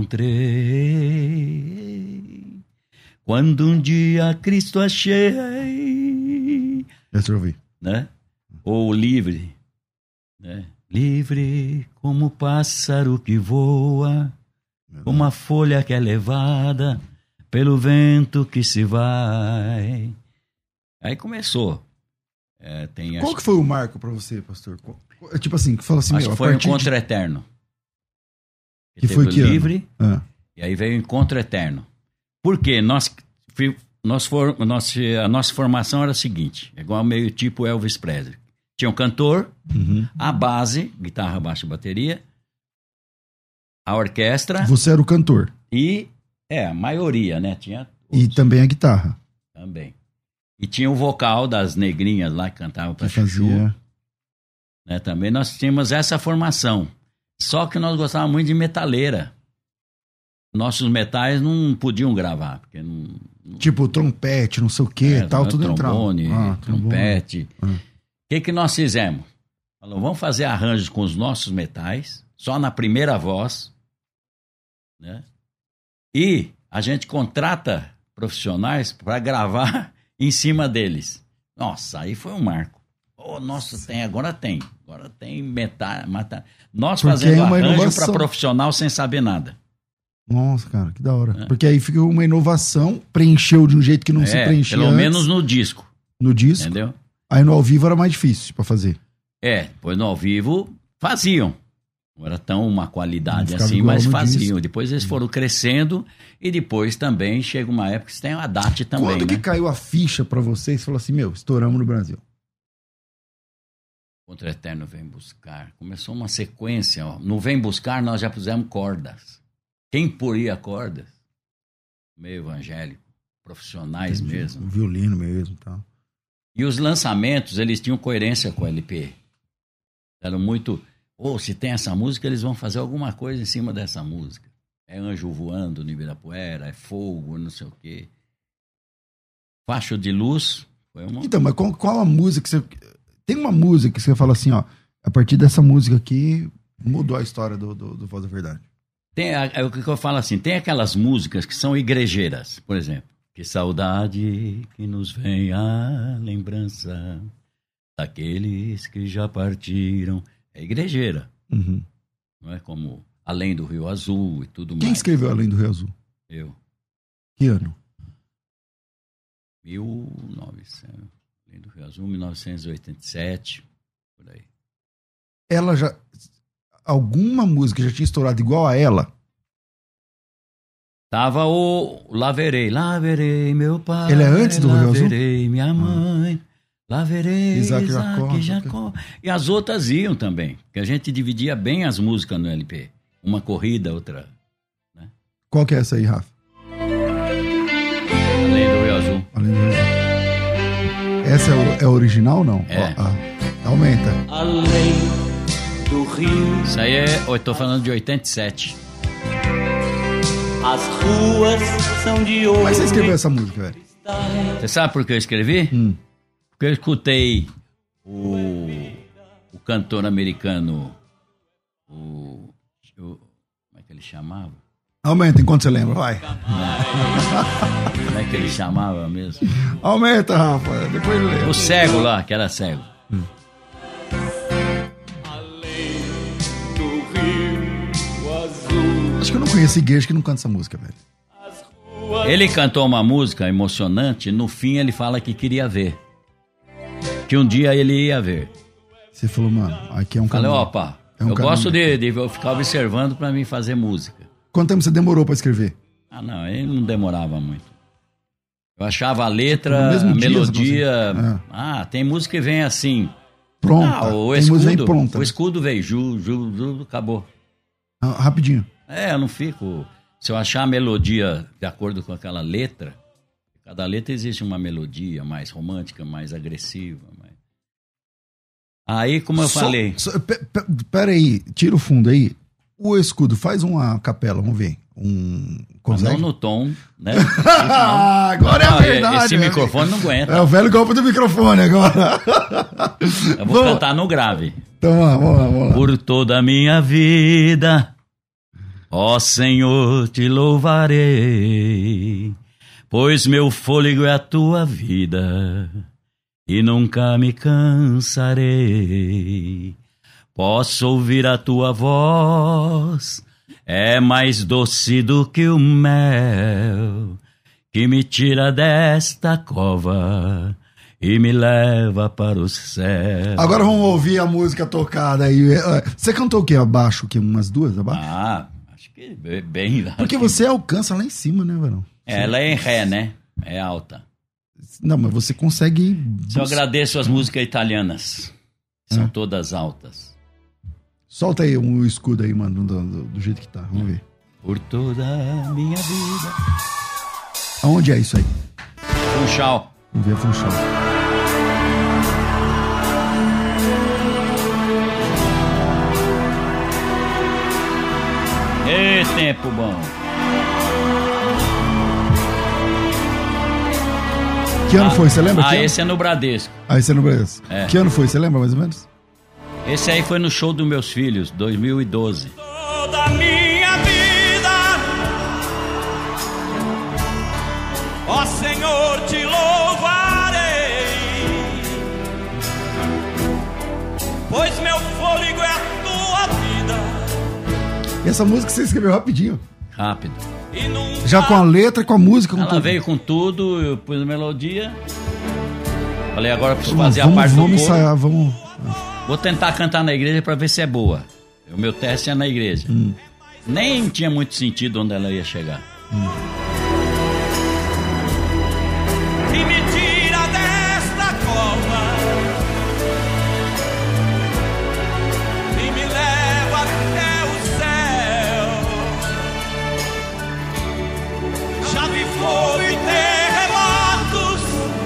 encontrei quando um dia Cristo achei. Deixa eu ouvir. Né? Ou livre, né? Livre como o pássaro que voa, como a folha que é levada pelo vento que se vai. Aí começou. É, tem Qual acho... que foi o marco pra você, pastor? Tipo assim, que fala assim, acho meu, que foi o Encontro de... Eterno. Que foi que livre, ah. e aí veio o Encontro Eterno. Por quê? Nós, nós for, nós, a nossa formação era a seguinte, igual meio tipo Elvis Presley. Tinha um cantor, uhum. a base, guitarra, baixo, bateria, a orquestra. Você era o cantor. E, é, a maioria, né? Tinha e também a guitarra. Também. E tinha o vocal das negrinhas lá que cantavam pra que Chuchu. Fazia... Né? Também nós tínhamos essa formação. Só que nós gostávamos muito de metaleira. Nossos metais não podiam gravar. Porque não, não... Tipo trompete, não sei o que, é, tal, tudo trombone, ah, trompete. O ah. que que nós fizemos? Falou, vamos fazer arranjos com os nossos metais, só na primeira voz, né? E a gente contrata profissionais para gravar em cima deles. Nossa, aí foi um marco. Oh, nossa, tem, agora tem. Agora tem metal. Mata... Nós Porque fazendo é uma arranjo inovação. para profissional sem saber nada. Nossa, cara, que da hora. É. Porque aí fica uma inovação, preencheu de um jeito que não é, se preenchia pelo antes. menos no disco. No disco. Entendeu? Aí no ao vivo era mais difícil pra fazer. É, depois no ao vivo faziam. Não era tão uma qualidade assim, igual mas no faziam. disco. Depois eles foram crescendo e depois também chega uma época que você tem a D A T também, Quando que né? caiu a ficha pra vocês e falou assim, meu, estouramos no Brasil? Contra o Eterno Vem Buscar. Começou uma sequência. Ó. No Vem Buscar nós já pusemos cordas. Quem poria cordas? Meio evangélico. Profissionais Entendi. mesmo. O violino mesmo e tal. E os lançamentos, eles tinham coerência com o L P. Eram muito... Ou oh, se tem essa música, eles vão fazer alguma coisa em cima dessa música. É Anjo Voando no Ibirapuera, é Fogo, não sei o quê. Facho de Luz foi uma... Então, mas qual, qual a música que você... Tem uma música que você fala assim, ó, a partir dessa música aqui, mudou a história do, do, do Voz da Verdade. Tem a, é o que eu falo assim, tem aquelas músicas que são igrejeiras, por exemplo. Que saudade que nos vem a lembrança daqueles que já partiram. É igrejeira, Uhum. não é como Além do Rio Azul e tudo Quem mais. escreveu Além do Rio Azul? Eu. Que ano? mil e novecentos, Além do Rio Azul, mil novecentos e oitenta e sete, por aí. Ela já... Alguma música já tinha estourado igual a ela? Tava o Lá Verei, Lá Verei meu pai. Ele é antes do Lá Rio Azul? Verei minha mãe. Lá verei Isaac Isaac, Jacó, Jacó. E as outras iam também. Que a gente dividia bem as músicas no L P. Uma corrida, outra. Né? Qual que é essa aí, Rafa? Além do Rio Azul. Além do Rio Azul. Essa é, o, é original ou não? É. Ó, ah, aumenta. Além do rio, Isso aí é. Eu tô falando de oitenta e sete. as ruas são de ouro. Mas você escreveu essa música, velho? Você sabe por que eu escrevi? Hum. Porque eu escutei o, o cantor americano. O, o. Como é que ele chamava? Aumenta enquanto você lembra, vai. Como é que ele chamava mesmo? Aumenta, Rafa. Depois ele lembra. O cego lá, que era cego. do rio azul. Acho que eu não conheço igreja que não canta essa música, velho. Ele cantou uma música emocionante, no fim ele fala que queria ver. Que um dia ele ia ver. Você falou, mano, aqui é um Falei, caminho. opa, É um eu caminho. gosto de, de eu ficar observando pra mim fazer música. Quanto tempo você demorou pra escrever? Ah, não, ele não demorava muito. Eu achava a letra, No mesmo a dia, melodia... você consegue? Ah, tem música que vem assim. Pronta. Ah, o Tem música escudo, vem pronta. o escudo veio, ju, ju, ju, acabou. Ah, rapidinho. É, eu não fico... Se eu achar a melodia de acordo com aquela letra, cada letra existe uma melodia mais romântica, mais agressiva. Mais... Aí, como eu Só- falei... só- pe- pe- Pera aí, tira o fundo aí. O escudo, faz uma capela, vamos ver. Um. Consegue? Não no tom, né? Ah, agora é a Não, verdade. esse né? microfone não aguenta. É o velho golpe do microfone agora. Eu vou Vamos- cantar no grave. Então vamos lá, vamos lá, vamos lá. Por toda a minha vida, ó Senhor, te louvarei, pois meu fôlego é a tua vida e nunca me cansarei. Posso ouvir a tua voz, é mais doce do que o mel, que me tira desta cova e me leva para o céu. Agora vamos ouvir a música tocada aí. Você cantou o quê? Abaixo? O quê? Umas duas abaixo? Ah, acho que bem... Porque você alcança lá em cima, né, Verão? Ela é em ré, né? É alta. Não, mas você consegue. Eu agradeço as músicas italianas. São todas altas. Solta aí um escudo aí, mano, do, do- do jeito que tá. Vamos ver. Por toda a minha vida. Aonde é isso aí? Funchal. Vamos ver a função. Ê, tempo bom. Que ano foi? Você lembra? Ah, que ano? esse é no Bradesco. Ah, esse é no Brasil. É. Que ano foi? Você lembra mais ou menos? Esse aí foi no show dos meus filhos, dois mil e doze. Toda a minha vida, ó Senhor, te louvarei, pois meu fôlego é a tua vida E essa música você escreveu rapidinho. Rápido. e nunca Já com a letra, com a música, com Ela tudo. veio com tudo, eu pus a melodia. Falei, agora preciso Vamos, fazer a vamos, parte vamos do coro. ensaiar, vamos. Vou tentar cantar na igreja para ver se é boa. O meu teste é na igreja. Hum. Nem tinha muito sentido onde ela ia chegar. Hum. E me tira desta cova e me leva até o céu. Já vi fogo e terremotos,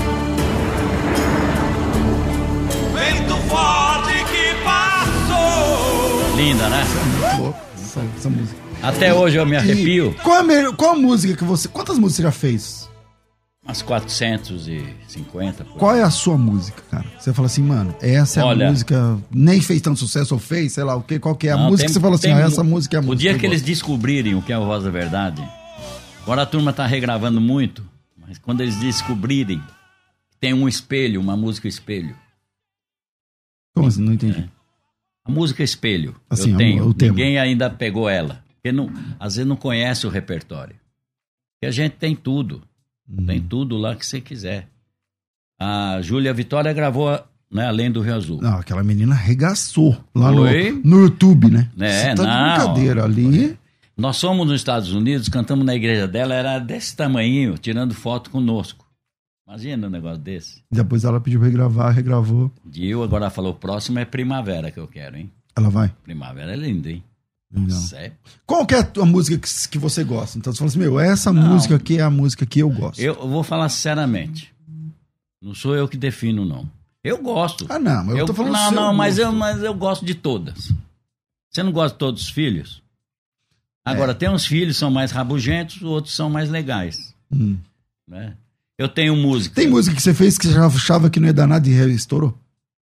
vento forte que passou. Linda, né? Muito louco essa, essa música. Até hoje eu me arrepio. E qual, a melhor, qual a música que você... Quantas músicas você já fez? Umas quatrocentas e cinquenta. Qual é a sua música, cara? Você fala assim, mano, essa é Olha, a música... Nem fez tanto sucesso ou fez, sei lá o quê. Qual que é a não, música tem, que você fala assim, ah, essa música é a música. O dia que, que eles descobrirem o que é a Voz da Verdade... Agora a turma tá regravando muito, mas quando eles descobrirem... Tem um espelho, uma música espelho. Como assim? Não entendi. É. A música espelho, assim, eu tenho. O, o Ninguém tema. ainda pegou ela. Porque não, às vezes não conhece o repertório. Porque a gente tem tudo. Uhum. Tem tudo lá que você quiser. A Júlia Vitória gravou, né, Além do Rio Azul. Não, aquela menina arregaçou lá no, Foi? no YouTube, né? É, você tá não. de brincadeira ali. Foi. Nós fomos nos Estados Unidos, cantamos na igreja dela, era desse tamanhinho, tirando foto conosco. Imagina um negócio desse. Depois ela pediu pra regravar, regravou. E eu agora falou, o próximo é Primavera que eu quero, hein? Ela vai? Primavera é linda, hein? Sério? Qual que é a música que, que você gosta? Então você fala assim, meu, essa não, música aqui é a música que eu gosto. Eu vou falar sinceramente. Não sou eu que defino, não. Eu gosto. Ah, não, mas eu, eu tô falando Não, não, mas gosto. eu, mas eu gosto de todas. Você não gosta de todos os filhos? Agora, é. Tem uns filhos que são mais rabugentos, outros são mais legais. Hum. Né? Eu tenho música. Tem música que você fez que você já achava que não ia dar nada e estourou?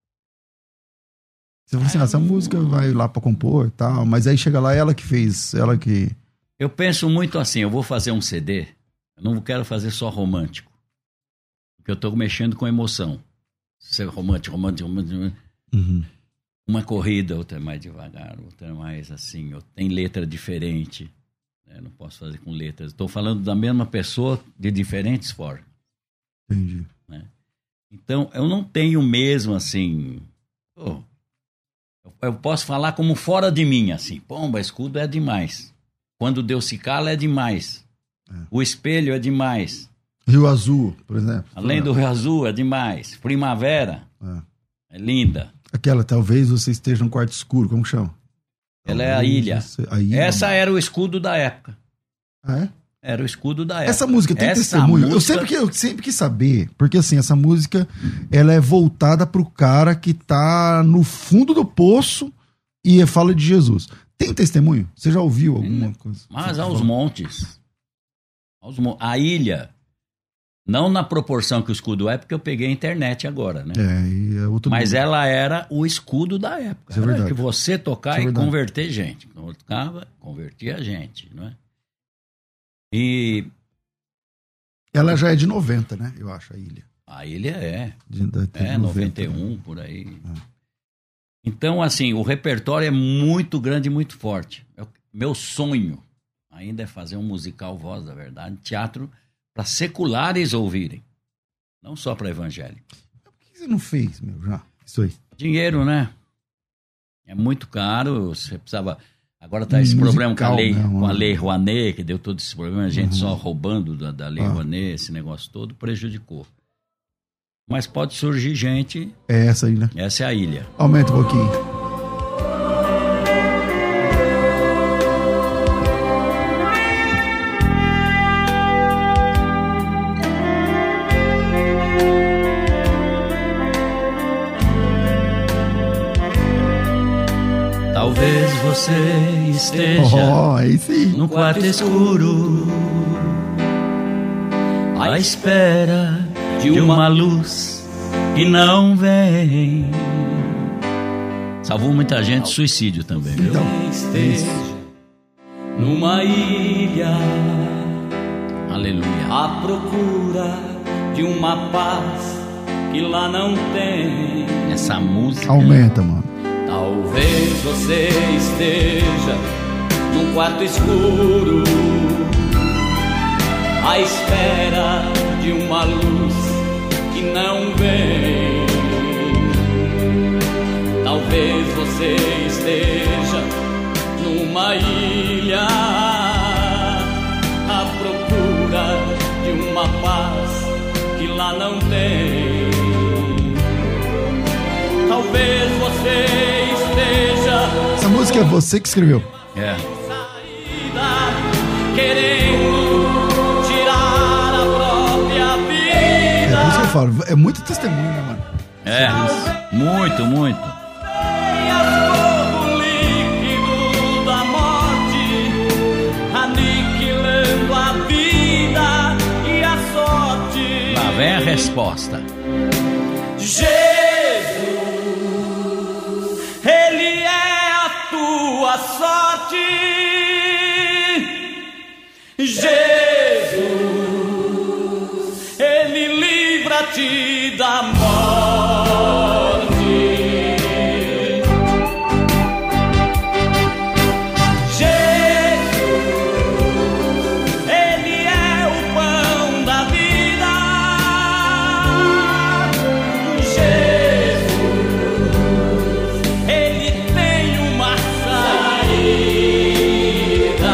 Você falou assim, ah, essa música vai lá pra compor e tal, mas aí chega lá, ela que fez, ela que... Eu penso muito assim, eu vou fazer um C D, eu não quero fazer só romântico, porque eu tô mexendo com emoção. Ser romântico, romântico, romântico. Uhum. Uma corrida, outra é mais devagar, outra é mais assim, tem letra diferente, né? Não posso fazer com letras. Estou falando da mesma pessoa de diferentes formas. Entendi. Né? Então, eu não tenho mesmo assim... Oh, eu posso falar como fora de mim, assim. Pomba, escudo é demais. Quando Deus se cala é demais. É. O espelho é demais. Rio Azul, por exemplo. Além do Rio Azul é demais. Primavera é, é linda. Aquela, talvez você esteja no quarto escuro, como chama? Ela é a ilha. Você, a ilha. Essa era o escudo da época. Ah, é? Era o escudo da época. Essa música tem essa testemunho. Música... Eu, sempre que, eu sempre quis saber, porque assim, essa música ela é voltada pro cara que tá no fundo do poço e fala de Jesus. Tem testemunho? Você já ouviu alguma hum, coisa? Mas aos montes. aos montes. A ilha, não na proporção que o escudo é, porque eu peguei a internet agora, né? É, e é outro Mas mundo. Ela era o escudo da época. Isso é verdade. Que você tocar Isso é e converter gente. Tocava, convertia a gente, não é? E... Ela já é de noventa, né? Eu acho, a ilha. A ilha é. De, de, de é, noventa, noventa e um, né? por aí. É. Então, assim, o repertório é muito grande e muito forte. Eu, meu sonho ainda é fazer um musical Voz da Verdade, teatro para seculares ouvirem. Não só para evangélicos. Por que você não fez, meu, já? Isso aí. Dinheiro, né? É muito caro, você precisava... Agora tá esse um problema com a, lei, mesmo, com a Lei Rouanet, que deu todo esse problema, a gente uhum. só roubando da, da Lei ah. Rouanet, esse negócio todo, prejudicou. Mas pode surgir gente... É essa aí, né? Essa é a ilha. Aumenta um pouquinho. Talvez você esteja oh, aí sim. num quarto escuro, à espera de uma luz que não vem. Salvou muita gente de suicídio também, viu? Então, esteja numa ilha, aleluia, à procura de uma paz que lá não tem. Essa música aumenta, mano. Talvez você esteja num quarto escuro, à espera de uma luz que não vem. Talvez você esteja numa ilha à procura de uma paz que lá não tem. Talvez você esteja. Essa música é você que escreveu? É. Saída, querendo tirar a própria vida. É por isso que eu falo, é muito testemunho, né, mano? É, muito, muito. Fogo líquido da morte, aniquilando a vida e a sorte. Lá vem a resposta. Jesus, Ele é a tua sorte. Jesus, Ele livra-te da morte. Jesus, Ele é o pão da vida. Jesus, Ele tem uma saída.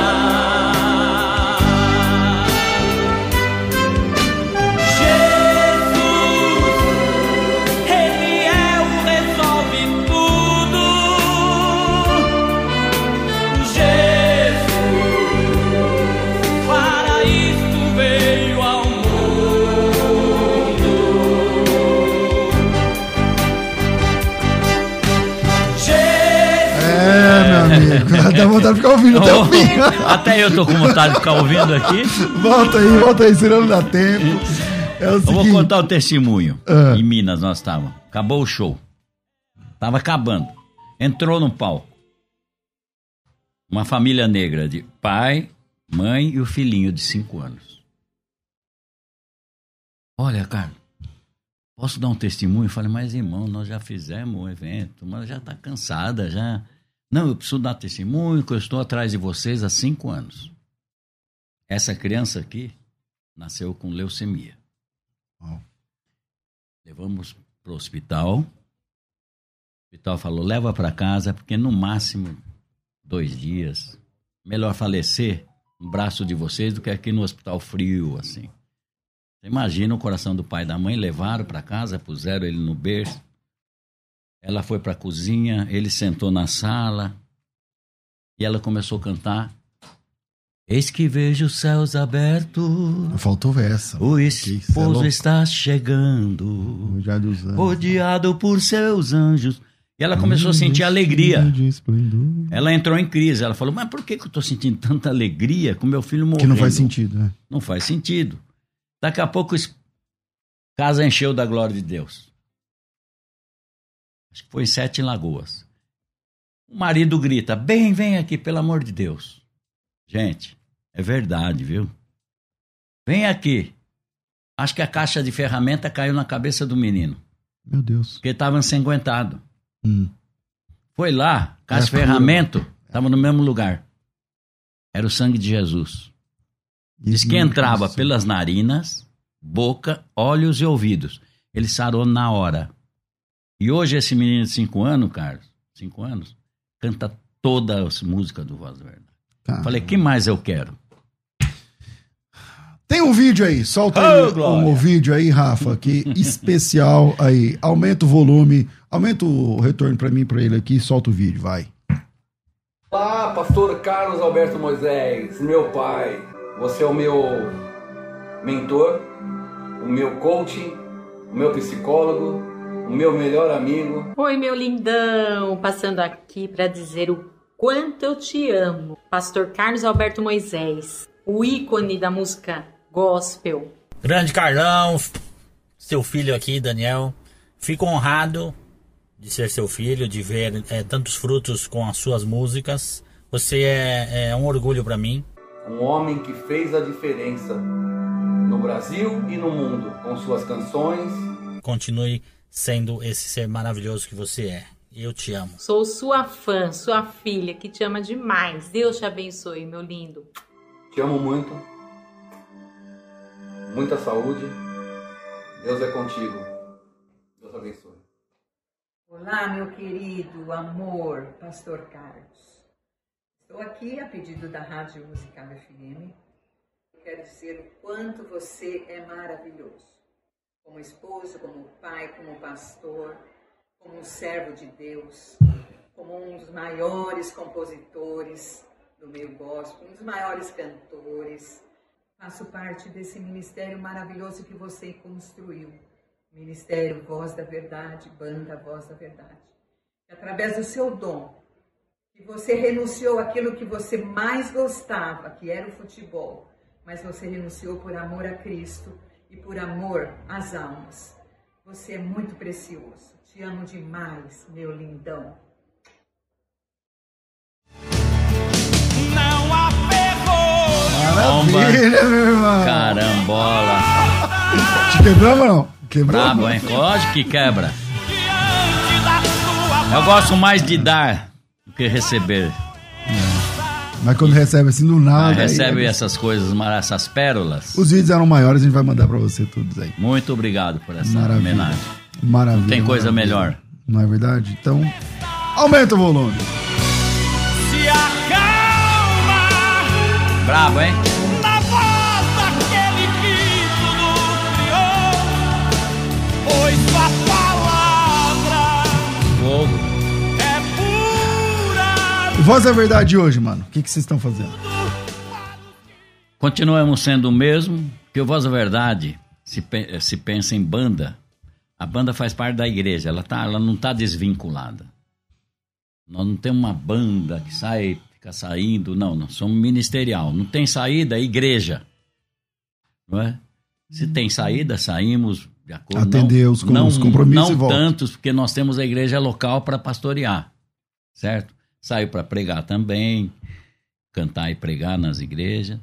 Dá vontade de ficar ouvindo até o fim. Até eu tô com vontade de ficar ouvindo aqui. Volta aí, volta aí, senão não dá tempo. É o eu seguinte... vou contar o testemunho. Ah. Em Minas nós estávamos. Acabou o show. Tava acabando. Entrou no palco uma família negra de pai, mãe e o filhinho de cinco anos. Olha, cara, posso dar um testemunho? Eu falei, mas irmão, nós já fizemos um evento, mas já tá cansada, já... Não, eu preciso dar testemunho que eu estou atrás de vocês há cinco anos. Essa criança aqui nasceu com leucemia. Oh. Levamos para o hospital. O hospital falou, leva para casa, porque no máximo dois dias. Melhor falecer no braço de vocês do que aqui no hospital frio, assim. Você imagina o coração do pai e da mãe, levaram para casa, puseram ele no berço. Ela foi para a cozinha, ele sentou na sala e ela começou a cantar. Eis que vejo os céus abertos. Faltou essa. O esposo é está chegando, rodeado por seus anjos. E ela começou a sentir alegria. Ela entrou em crise. Ela falou, mas por que, que eu estou sentindo tanta alegria com meu filho morrendo? Que não faz sentido, né? Não faz sentido. Daqui a pouco a casa encheu da glória de Deus. Acho que foi em Sete Lagoas. O marido grita, bem, vem aqui, pelo amor de Deus. Gente, é verdade, viu? Vem aqui. Acho que a caixa de ferramenta caiu na cabeça do menino. Meu Deus. Porque estava ensanguentado. Hum. Foi lá, caixa de ferramenta, estava no mesmo lugar. Era o sangue de Jesus. Diz que entrava pelas narinas, boca, olhos e ouvidos. Ele sarou na hora. E hoje esse menino de cinco anos, Carlos, cinco anos, canta todas as músicas do Voz da Verdade. Tá. Falei, que mais eu quero? Tem um vídeo aí, solta aí oh, um, um vídeo aí, Rafa, que especial aí. Aumenta o volume, aumenta o retorno pra mim, pra ele aqui, solta o vídeo, vai. Olá, pastor Carlos Alberto Moisés, meu pai. Você é o meu mentor, o meu coach, o meu psicólogo, o meu melhor amigo. Oi, meu lindão, passando aqui para dizer o quanto eu te amo. Pastor Carlos Alberto Moisés, o ícone da música gospel. Grande Carlão, seu filho aqui, Daniel. Fico honrado de ser seu filho, de ver é, tantos frutos com as suas músicas. Você é, é um orgulho para mim. Um homem que fez a diferença no Brasil e no mundo com suas canções. Continue sendo esse ser maravilhoso que você é. Eu te amo. Sou sua fã, sua filha, que te ama demais. Deus te abençoe, meu lindo. Te amo muito. Muita saúde. Deus é contigo. Deus abençoe. Olá, meu querido amor, pastor Carlos. Estou aqui a pedido da Rádio Musical F M. Quero dizer o quanto você é maravilhoso. Como esposo, como pai, como pastor, como um servo de Deus, como um dos maiores compositores do meio gospel, um dos maiores cantores. Faço parte desse ministério maravilhoso que você construiu. Ministério Voz da Verdade, Banda Voz da Verdade. E através do seu dom, que você renunciou àquilo que você mais gostava, que era o futebol, mas você renunciou por amor a Cristo e por amor às almas. Você é muito precioso. Te amo demais, meu lindão. Não há Maravilha, meu irmão. Carambola. Te quebramos ou não? Quebrou? Brabo, hein? Lógico que quebra. Eu gosto mais de dar do que receber. Mas quando recebe assim do nada... Ah, recebe aí, essas coisas, essas pérolas. Os vídeos eram maiores, a gente vai mandar pra você todos aí. Muito obrigado por essa Maravilha. homenagem. Maravilha. Não tem coisa maravilha. melhor. Não é verdade? Então, aumenta o volume. Se acalma. Brabo, hein? Na voz daquele que tudo criou. Pois sua palavra Fogo. Voz da Verdade hoje, mano. O que, que vocês estão fazendo? Continuamos sendo o mesmo, que o Voz da Verdade, se, se pensa em banda, a banda faz parte da igreja, ela, tá, ela não está desvinculada. Nós não temos uma banda que sai, fica saindo, não, nós somos ministerial. Não tem saída, é igreja. Não é? Se tem saída, saímos de acordo. Atender não, os, com, não, os compromissos não e volta. tantos, porque nós temos a igreja local para pastorear, certo? Saiu para pregar também, cantar e pregar nas igrejas.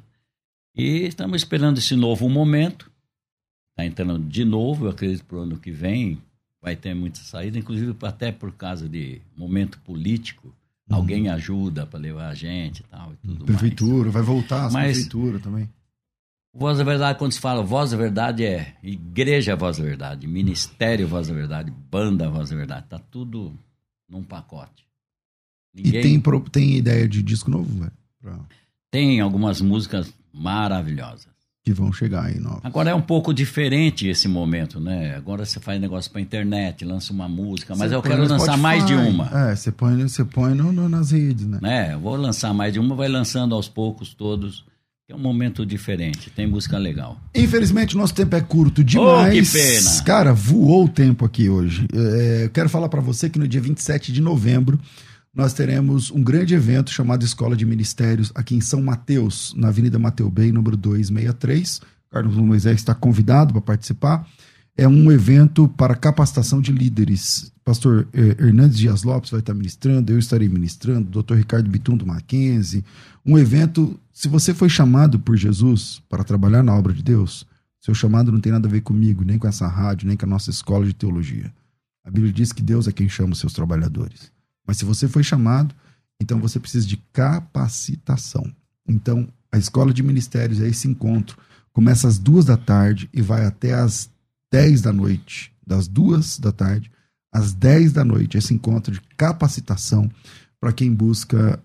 E estamos esperando esse novo momento. Está entrando de novo, eu acredito que para o ano que vem vai ter muita saída, inclusive até por causa de momento político. Uhum. Alguém ajuda para levar a gente e tal. E tudo prefeitura, mais. vai voltar, a Mas, prefeitura também. Voz da Verdade, quando se fala Voz da Verdade, é Igreja Voz da Verdade, Ministério Voz da Verdade, Banda Voz da Verdade. Está tudo num pacote. Ninguém... E tem, pro, tem ideia de disco novo, velho? Pra... Tem algumas músicas maravilhosas. Que vão chegar aí novas. Agora é um pouco diferente esse momento, né? Agora você faz negócio pra internet, lança uma música, mas você eu quero lançar Spotify. Mais de uma. É, você põe, você põe no, no, nas redes, né? É, eu vou lançar mais de uma, vai lançando aos poucos todos. É um momento diferente, tem música legal. Infelizmente o nosso tempo é curto demais. Oh, que pena. Cara, voou o tempo aqui hoje. É, eu quero falar pra você que no dia vinte e sete de novembro nós teremos um grande evento chamado Escola de Ministérios aqui em São Mateus, na Avenida Mateu Bey, número duzentos e sessenta e três. Carlos Moisés está convidado para participar. É um evento para capacitação de líderes. Pastor Hernandes Dias Lopes vai estar ministrando, eu estarei ministrando, doutor Ricardo Bitum do Mackenzie. Um evento, se você foi chamado por Jesus para trabalhar na obra de Deus, seu chamado não tem nada a ver comigo, nem com essa rádio, nem com a nossa escola de teologia. A Bíblia diz que Deus é quem chama os seus trabalhadores. Mas se você foi chamado, então você precisa de capacitação. Então, a Escola de Ministérios é esse encontro. Começa às duas da tarde e vai até às dez da noite. Das duas da tarde às dez da noite. Esse encontro de capacitação para quem busca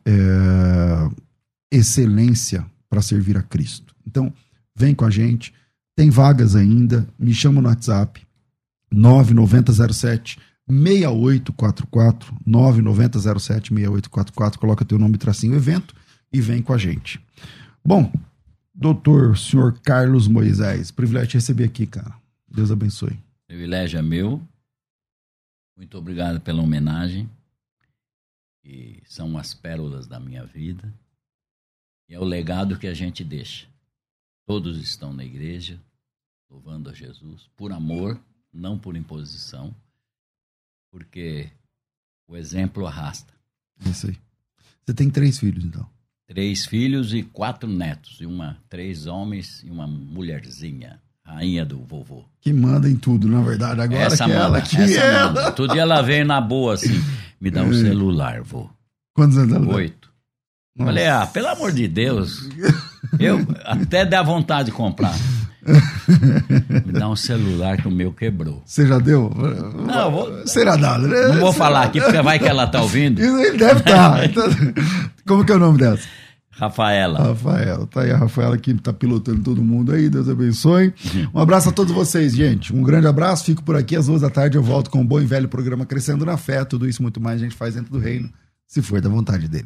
é, excelência para servir a Cristo. Então, vem com a gente. Tem vagas ainda. Me chama no WhatsApp. nove nove zero zero sete seis oito quatro quatro, nove nove zero zero sete seis oito quatro quatro, coloca teu nome, tracinho, evento e vem com a gente. Bom, doutor, senhor Carlos Moisés, privilégio de receber aqui, cara. Deus abençoe. Privilégio é meu. Muito obrigado pela homenagem. E são as pérolas da minha vida. E é o legado que a gente deixa. Todos estão na igreja, louvando a Jesus, por amor, não por imposição. Porque o exemplo arrasta. Isso aí. Você tem três filhos, então? Três filhos e quatro netos. E uma, três homens e uma mulherzinha. Rainha do vovô. Que manda em tudo, na verdade. Agora essa que manda, ela que essa ela... manda. Outro dia ela veio na boa assim. Me dá um celular, vô. Quantos anos ela Oito. Nossa. Falei, ah, pelo amor de Deus. Eu até dá vontade de comprar. Me dá um celular que o meu quebrou. Você já deu? Não, vou... Será dado, né? Não vou falar aqui, porque vai que ela tá ouvindo. Ele deve estar. Então, como que é o nome dessa? Rafaela. Rafaela. Tá aí a Rafaela que tá pilotando todo mundo aí. Deus abençoe. Uhum. Um abraço a todos vocês, gente. Um grande abraço. Fico por aqui. Às duas da tarde eu volto com um bom e velho programa Crescendo na Fé. Tudo isso muito mais a gente faz dentro do reino, se for da vontade dele.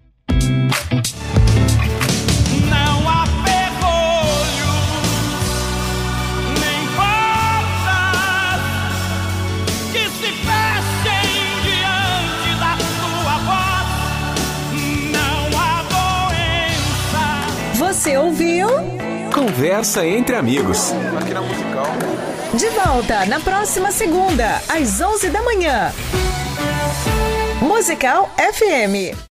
Não há ferrolho, nem portas que se fechem diante da tua voz. Não há doença. Você ouviu? Conversa entre amigos. Aqui na Musical. De volta na próxima segunda, às onze da manhã. Musical F M.